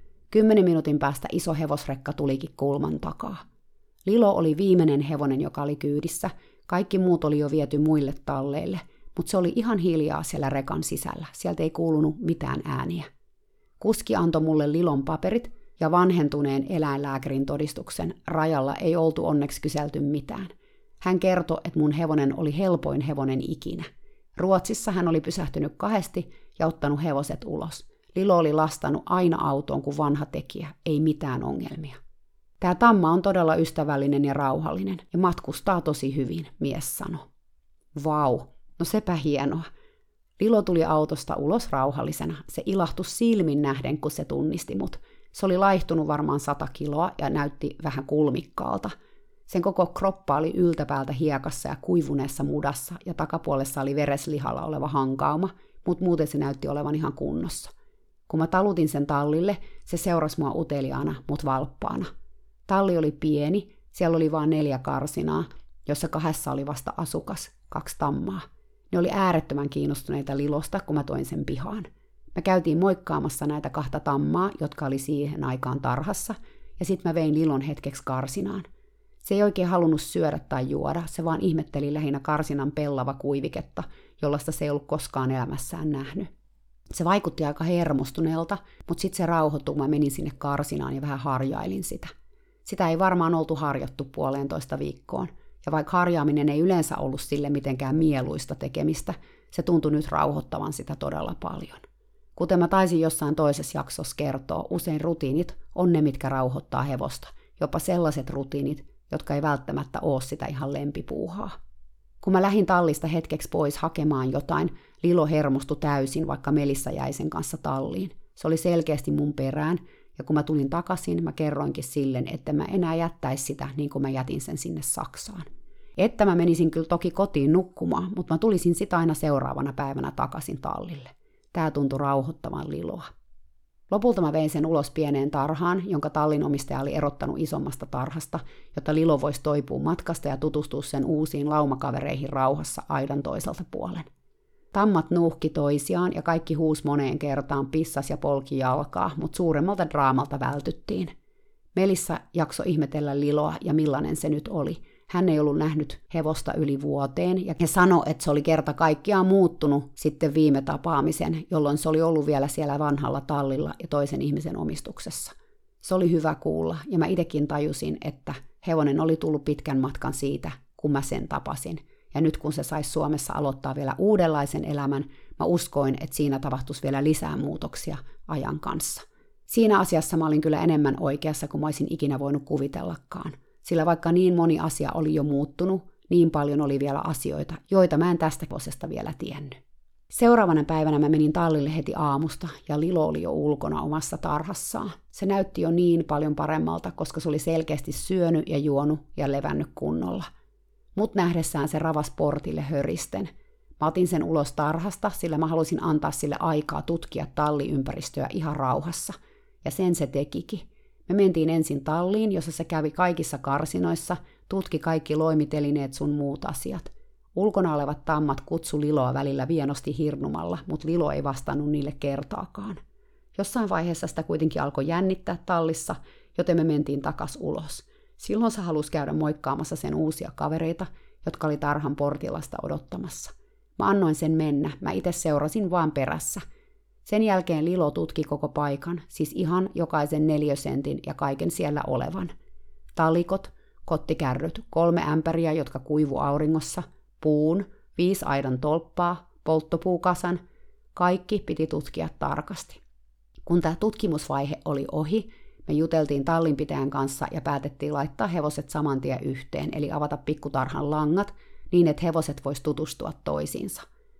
B: 10 minuutin päästä iso hevosrekka tulikin kulman takaa. Lilo oli viimeinen hevonen, joka oli kyydissä. Kaikki muut oli jo viety muille talleille, mutta se oli ihan hiljaa siellä rekan sisällä. Sieltä ei kuulunut mitään ääniä. Kuski antoi mulle Lilon paperit ja vanhentuneen eläinlääkärin todistuksen. Rajalla ei oltu onneksi kyselty mitään. Hän kertoi, että mun hevonen oli helpoin hevonen ikinä. Ruotsissa hän oli pysähtynyt 2 ja ottanut hevoset ulos. Lilo oli lastannut aina autoon kuin vanha tekijä, ei mitään ongelmia. Tämä tamma on todella ystävällinen ja rauhallinen ja matkustaa tosi hyvin, mies sanoi. Vau, no sepä hienoa. Lilo tuli autosta ulos rauhallisena. Se ilahtui silmin nähden, kun se tunnisti mut. Se oli laihtunut varmaan 100 kiloa ja näytti vähän kulmikkaalta. Sen koko kroppa oli yltäpäältä hiekassa ja kuivuneessa mudassa ja takapuolessa oli vereslihalla oleva hankauma, mutta muuten se näytti olevan ihan kunnossa. Kun mä talutin sen tallille, se seurasi mua uteliaana, mut valppaana. Talli oli pieni, siellä oli vain 4 karsinaa, jossa 2 oli vasta asukas, 2 tammaa. Ne oli äärettömän kiinnostuneita Lilosta, kun mä toin sen pihaan. Me käytiin moikkaamassa näitä 2 tammaa, jotka oli siihen aikaan tarhassa, ja sit mä vein Lilon hetkeksi karsinaan. Se ei oikein halunnut syödä tai juoda, se vaan ihmetteli lähinnä karsinan pellava kuiviketta, jollaista se ei ollut koskaan elämässään nähnyt. Se vaikutti aika hermostuneelta, mutta sitten se rauhoittui, mä menin sinne karsinaan ja vähän harjailin sitä. Sitä ei varmaan oltu harjattu 1,5 viikkoon, ja vaikka harjaaminen ei yleensä ollut sille mitenkään mieluista tekemistä, se tuntui nyt rauhoittavan sitä todella paljon. Kuten mä taisin jossain toisessa jaksossa kertoa, usein rutiinit on ne, mitkä rauhoittaa hevosta, jopa sellaiset rutiinit, jotka ei välttämättä ole sitä ihan lempipuuhaa. Kun mä lähdin tallista hetkeksi pois hakemaan jotain, Lilo hermostui täysin, vaikka Melissa jäi sen kanssa talliin. Se oli selkeästi mun perään, ja kun mä tulin takaisin, mä kerroinkin silleen, että mä enää jättäisi sitä niin kuin mä jätin sen sinne Saksaan. Että mä menisin kyllä toki kotiin nukkumaan, mutta mä tulisin sitä aina seuraavana päivänä takaisin tallille. Tää tuntui rauhoittavan Liloa. Lopulta mä vein sen ulos pieneen tarhaan, jonka tallin omistaja oli erottanut isommasta tarhasta, jotta Lilo voisi toipua matkasta ja tutustua sen uusiin laumakavereihin rauhassa aidan toiselta puolen. Tammat nuuhki toisiaan ja kaikki huus moneen kertaan, pissas ja polki jalkaa, mutta suuremmalta draamalta vältyttiin. Melissa jaksoi ihmetellä Liloa ja millainen se nyt oli. Hän ei ollut nähnyt hevosta yli vuoteen ja he sanoi, että se oli kerta kaikkiaan muuttunut sitten viime tapaamisen, jolloin se oli ollut vielä siellä vanhalla tallilla ja toisen ihmisen omistuksessa. Se oli hyvä kuulla ja mä itsekin tajusin, että hevonen oli tullut pitkän matkan siitä, kun mä sen tapasin. Ja nyt kun se saisi Suomessa aloittaa vielä uudenlaisen elämän, mä uskoin, että siinä tapahtuisi vielä lisää muutoksia ajan kanssa. Siinä asiassa mä olin kyllä enemmän oikeassa kuin mä olisin ikinä voinut kuvitellakaan. Sillä vaikka niin moni asia oli jo muuttunut, niin paljon oli vielä asioita, joita mä en tästä hevosesta vielä tiennyt. Seuraavana päivänä mä menin tallille heti aamusta ja Lilo oli jo ulkona omassa tarhassaan. Se näytti jo niin paljon paremmalta, koska se oli selkeästi syönyt ja juonut ja levännyt kunnolla. Mut nähdessään se ravas portille höristen. Mä otin sen ulos tarhasta, sillä mä halusin antaa sille aikaa tutkia talliympäristöä ihan rauhassa. Ja sen se tekikin. Me mentiin ensin talliin, jossa se kävi kaikissa karsinoissa, tutki kaikki loimitelineet sun muut asiat. Ulkona olevat tammat kutsu Liloa välillä vienosti hirnumalla, mutta Lilo ei vastannut niille kertaakaan. Jossain vaiheessa sitä kuitenkin alkoi jännittää tallissa, joten me mentiin takas ulos. Silloin se halusi käydä moikkaamassa sen uusia kavereita, jotka oli tarhan portilasta odottamassa. Mä annoin sen mennä, mä itse seurasin vaan perässä. Sen jälkeen Lilo tutki koko paikan, siis ihan jokaisen 4 sentin ja kaiken siellä olevan. Talikot, kottikärryt, 3 ämpäriä, jotka kuivu auringossa, puun, 5 aidan tolppaa, polttopuukasan, kaikki piti tutkia tarkasti. Kun tämä tutkimusvaihe oli ohi, me juteltiin tallinpitäjän kanssa ja päätettiin laittaa hevoset saman tien yhteen, eli avata pikkutarhan langat niin, että hevoset vois tutustua toisiinsa.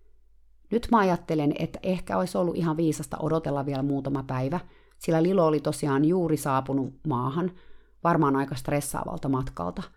B: Nyt mä ajattelen, että ehkä olisi ollut ihan viisasta odotella vielä muutama päivä, sillä Lilo oli tosiaan juuri saapunut maahan, varmaan aika stressaavalta matkalta.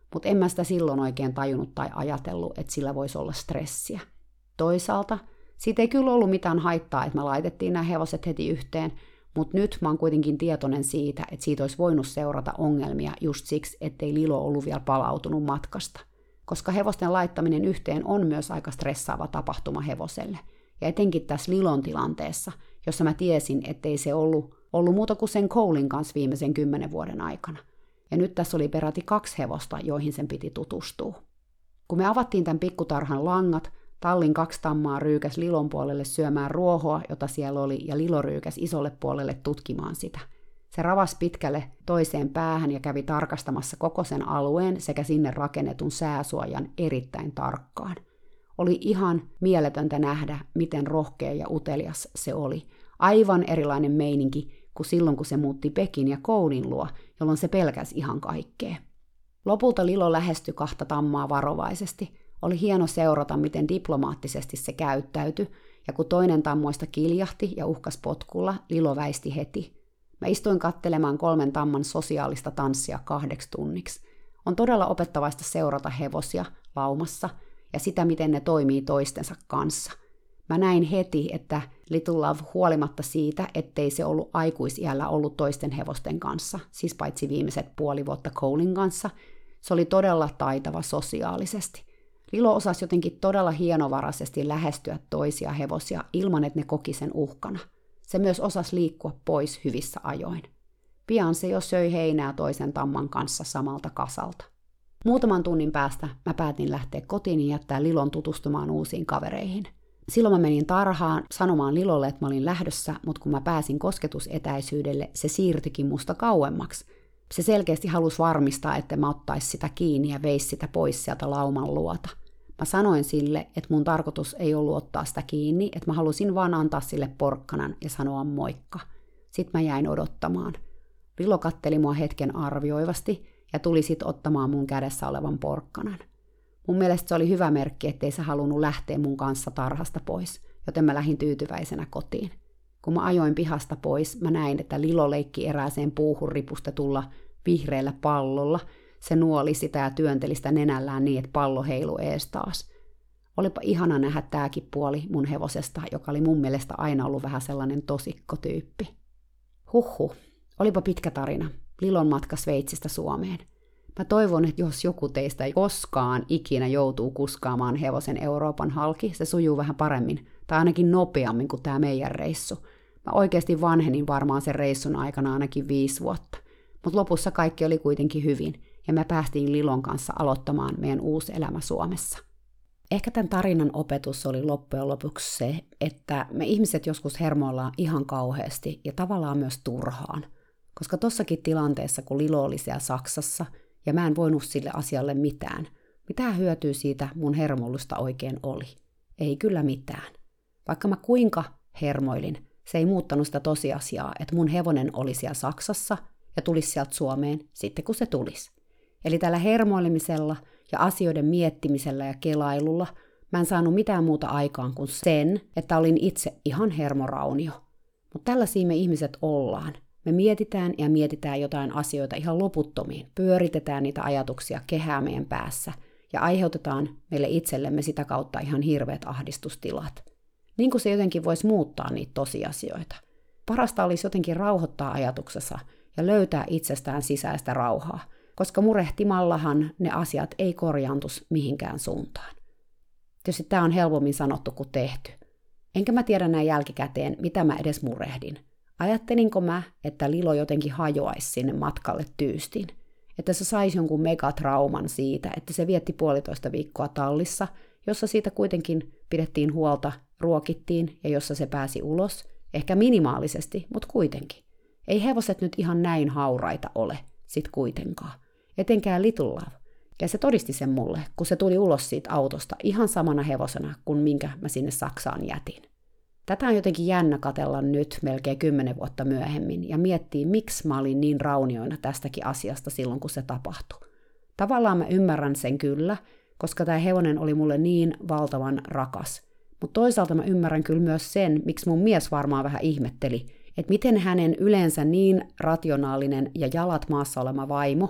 B: mutta en mä sitä silloin oikein tajunnut tai ajatellut, että sillä voisi olla stressiä. Toisaalta siitä ei kyllä ollut mitään haittaa, että me laitettiin nämä hevoset heti yhteen, mutta nyt mä oon kuitenkin tietoinen siitä, että siitä olisi voinut seurata ongelmia just siksi, ettei Lilo ollut vielä palautunut matkasta. Koska hevosten laittaminen yhteen on myös aika stressaava tapahtuma hevoselle. Ja etenkin tässä Lilon tilanteessa, jossa mä tiesin, ettei se ollut muuta kuin sen Colen kanssa viimeisen 10 vuoden aikana. Ja nyt tässä oli peräti 2 hevosta, joihin sen piti tutustua. Kun me avattiin tämän pikkutarhan langat, tallin 2 tammaa ryykäs Lilon puolelle syömään ruohoa, jota siellä oli, ja Lilo ryykäs isolle puolelle tutkimaan sitä. Se ravasi pitkälle toiseen päähän ja kävi tarkastamassa koko sen alueen sekä sinne rakennetun sääsuojan erittäin tarkkaan. Oli ihan mieletöntä nähdä, miten rohkea ja utelias se oli. Aivan erilainen meininki kuin silloin, kun se muutti Pekin ja Colen luo, jolloin se pelkäsi ihan kaikkea. Lopulta Lilo lähestyi 2 tammaa varovaisesti. Oli hieno seurata, miten diplomaattisesti se käyttäytyi, ja kun toinen tammoista kiljahti ja uhkas potkulla, Lilo väisti heti. Mä istuin katselemaan 3 tamman sosiaalista tanssia 2 tunniksi. On todella opettavaista seurata hevosia laumassa ja sitä, miten ne toimii toistensa kanssa. Mä näin heti, että Little Love huolimatta siitä, ettei se ollut aikuisiällä ollut toisten hevosten kanssa, siis paitsi viimeiset 5 vuotta Colen kanssa, se oli todella taitava sosiaalisesti. Lilo osasi jotenkin todella hienovaraisesti lähestyä toisia hevosia ilman, että ne koki sen uhkana. Se myös osasi liikkua pois hyvissä ajoin. Pian se jo söi heinää toisen tamman kanssa samalta kasalta. Muutaman tunnin päästä mä päätin lähteä kotiin ja jättää Lilon tutustumaan uusiin kavereihin. Silloin mä menin tarhaan sanomaan Lilolle, että mä olin lähdössä, mutta kun mä pääsin kosketusetäisyydelle, se siirtyikin musta kauemmaksi. Se selkeästi halusi varmistaa, että mä ottaisin sitä kiinni ja veisi sitä pois sieltä lauman luota. Mä sanoin sille, että mun tarkoitus ei ollut ottaa sitä kiinni, että mä halusin vaan antaa sille porkkanan ja sanoa moikka. Sitten mä jäin odottamaan. Lilo katteli mua hetken arvioivasti ja tuli sitten ottamaan mun kädessä olevan porkkanan. Mun mielestä se oli hyvä merkki, ettei se halunnut lähteä mun kanssa tarhasta pois, joten mä lähdin tyytyväisenä kotiin. Kun mä ajoin pihasta pois, mä näin, että Lilo leikki erääseen puuhun ripustetulla vihreällä pallolla. Se nuoli sitä ja työnteli sitä nenällään niin, että pallo heilui ees taas. Olipa ihana nähdä tääkin puoli mun hevosesta, joka oli mun mielestä aina ollut vähän sellainen tosikkotyyppi. Huhhuh, olipa pitkä tarina. Lilon matka Sveitsistä Suomeen. Mä toivon, että jos joku teistä ei koskaan ikinä joutuu kuskaamaan hevosen Euroopan halki, se sujuu vähän paremmin, tai ainakin nopeammin kuin tää meidän reissu. Mä oikeasti vanhenin varmaan sen reissun aikana ainakin 5 vuotta. Mutta lopussa kaikki oli kuitenkin hyvin, ja me päästiin Lilon kanssa aloittamaan meidän uusi elämä Suomessa. Ehkä tämän tarinan opetus oli loppujen lopuksi se, että me ihmiset joskus hermoillaan ihan kauheasti ja tavallaan myös turhaan. Koska tossakin tilanteessa, kun Lilo oli siellä Saksassa, ja mä en voinut sille asialle mitään, mitä hyötyä siitä mun hermollusta oikein oli? Ei kyllä mitään. Vaikka mä kuinka hermoilin, se ei muuttanut sitä tosiasiaa, että mun hevonen oli siellä Saksassa ja tulisi sieltä Suomeen sitten kun se tulisi. Eli tällä hermoilemisella ja asioiden miettimisellä ja kelailulla mä en saanut mitään muuta aikaan kuin sen, että olin itse ihan hermoraunio. Mutta tällaisia me ihmiset ollaan. Me mietitään jotain asioita ihan loputtomiin, pyöritetään niitä ajatuksia kehää meidän päässä ja aiheutetaan meille itsellemme sitä kautta ihan hirveät ahdistustilat. Niin kuin se jotenkin voisi muuttaa niitä tosiasioita. Parasta olisi jotenkin rauhoittaa ajatuksessa ja löytää itsestään sisäistä rauhaa, koska murehtimallahan ne asiat ei korjaantus mihinkään suuntaan. Tietysti tämä on helpommin sanottu kuin tehty. Enkä mä tiedä näin jälkikäteen, mitä mä edes murehdin. Ajattelinko mä, että Lilo jotenkin hajoaisi sinne matkalle tyystin? Että se saisi jonkun megatrauman siitä, että se vietti 1,5 viikkoa tallissa, jossa siitä kuitenkin pidettiin huolta, ruokittiin ja jossa se pääsi ulos, ehkä minimaalisesti, mutta kuitenkin. Ei hevoset nyt ihan näin hauraita ole, sit kuitenkaan. Etenkään Little Love. Ja se todisti sen mulle, kun se tuli ulos siitä autosta ihan samana hevosena kuin minkä mä sinne Saksaan jätin. Tätä on jotenkin jännä katsella nyt melkein 10 vuotta myöhemmin ja miettiä, miksi mä olin niin raunioina tästäkin asiasta silloin, kun se tapahtui. Tavallaan mä ymmärrän sen kyllä, koska tämä hevonen oli mulle niin valtavan rakas. Mutta toisaalta mä ymmärrän kyllä myös sen, miksi mun mies varmaan vähän ihmetteli, että miten hänen yleensä niin rationaalinen ja jalat maassa olema vaimo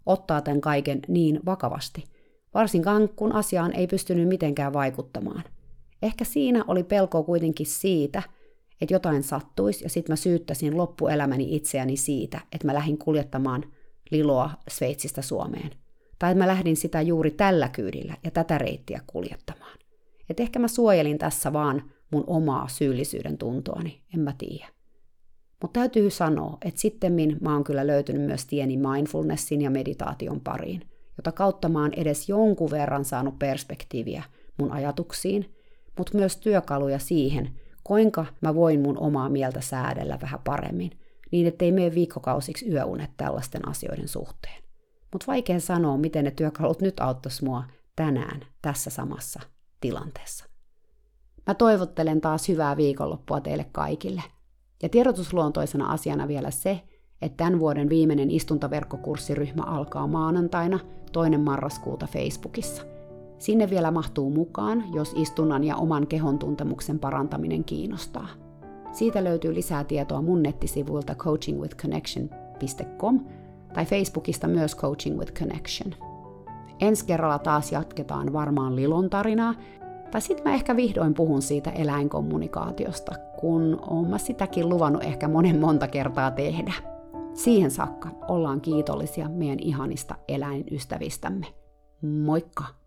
B: ottaa tämän kaiken niin vakavasti, varsinkaan kun asiaan ei pystynyt mitenkään vaikuttamaan. Ehkä siinä oli pelkoa kuitenkin siitä, että jotain sattuisi ja sitten mä syyttäisin loppuelämäni itseäni siitä, että mä lähdin kuljettamaan Liloa Sveitsistä Suomeen. Tai että mä lähdin sitä juuri tällä kyydillä ja tätä reittiä kuljettamaan. Että ehkä mä suojelin tässä vaan mun omaa syyllisyyden tuntoani, en mä tiedä. Mutta täytyy sanoa, että sittemmin mä oon kyllä löytynyt myös tieni mindfulnessin ja meditaation pariin, jota kautta mä oon edes jonkun verran saanut perspektiiviä mun ajatuksiin, mutta myös työkaluja siihen, kuinka mä voin mun omaa mieltä säädellä vähän paremmin, niin ettei mene viikkokausiksi yöunet tällaisten asioiden suhteen. Mutta vaikea sanoa, miten ne työkalut nyt auttaisi mua tänään tässä samassa tilanteessa. Mä toivottelen taas hyvää viikonloppua teille kaikille. Ja tiedotusluontoisena asiana vielä se, että tämän vuoden viimeinen istuntaverkkokurssiryhmä alkaa maanantaina 2. marraskuuta Facebookissa. Sinne vielä mahtuu mukaan, jos istunnan ja oman kehon tuntemuksen parantaminen kiinnostaa. Siitä löytyy lisää tietoa mun nettisivuilta coachingwithconnection.com tai Facebookista myös Coaching with Connection. Ensi kerralla taas jatketaan varmaan Lilon tarinaa, tai sitten mä ehkä vihdoin puhun siitä eläinkommunikaatiosta, kun oon mä sitäkin luvannut ehkä monta kertaa tehdä. Siihen saakka ollaan kiitollisia meidän ihanista eläinystävistämme. Moikka!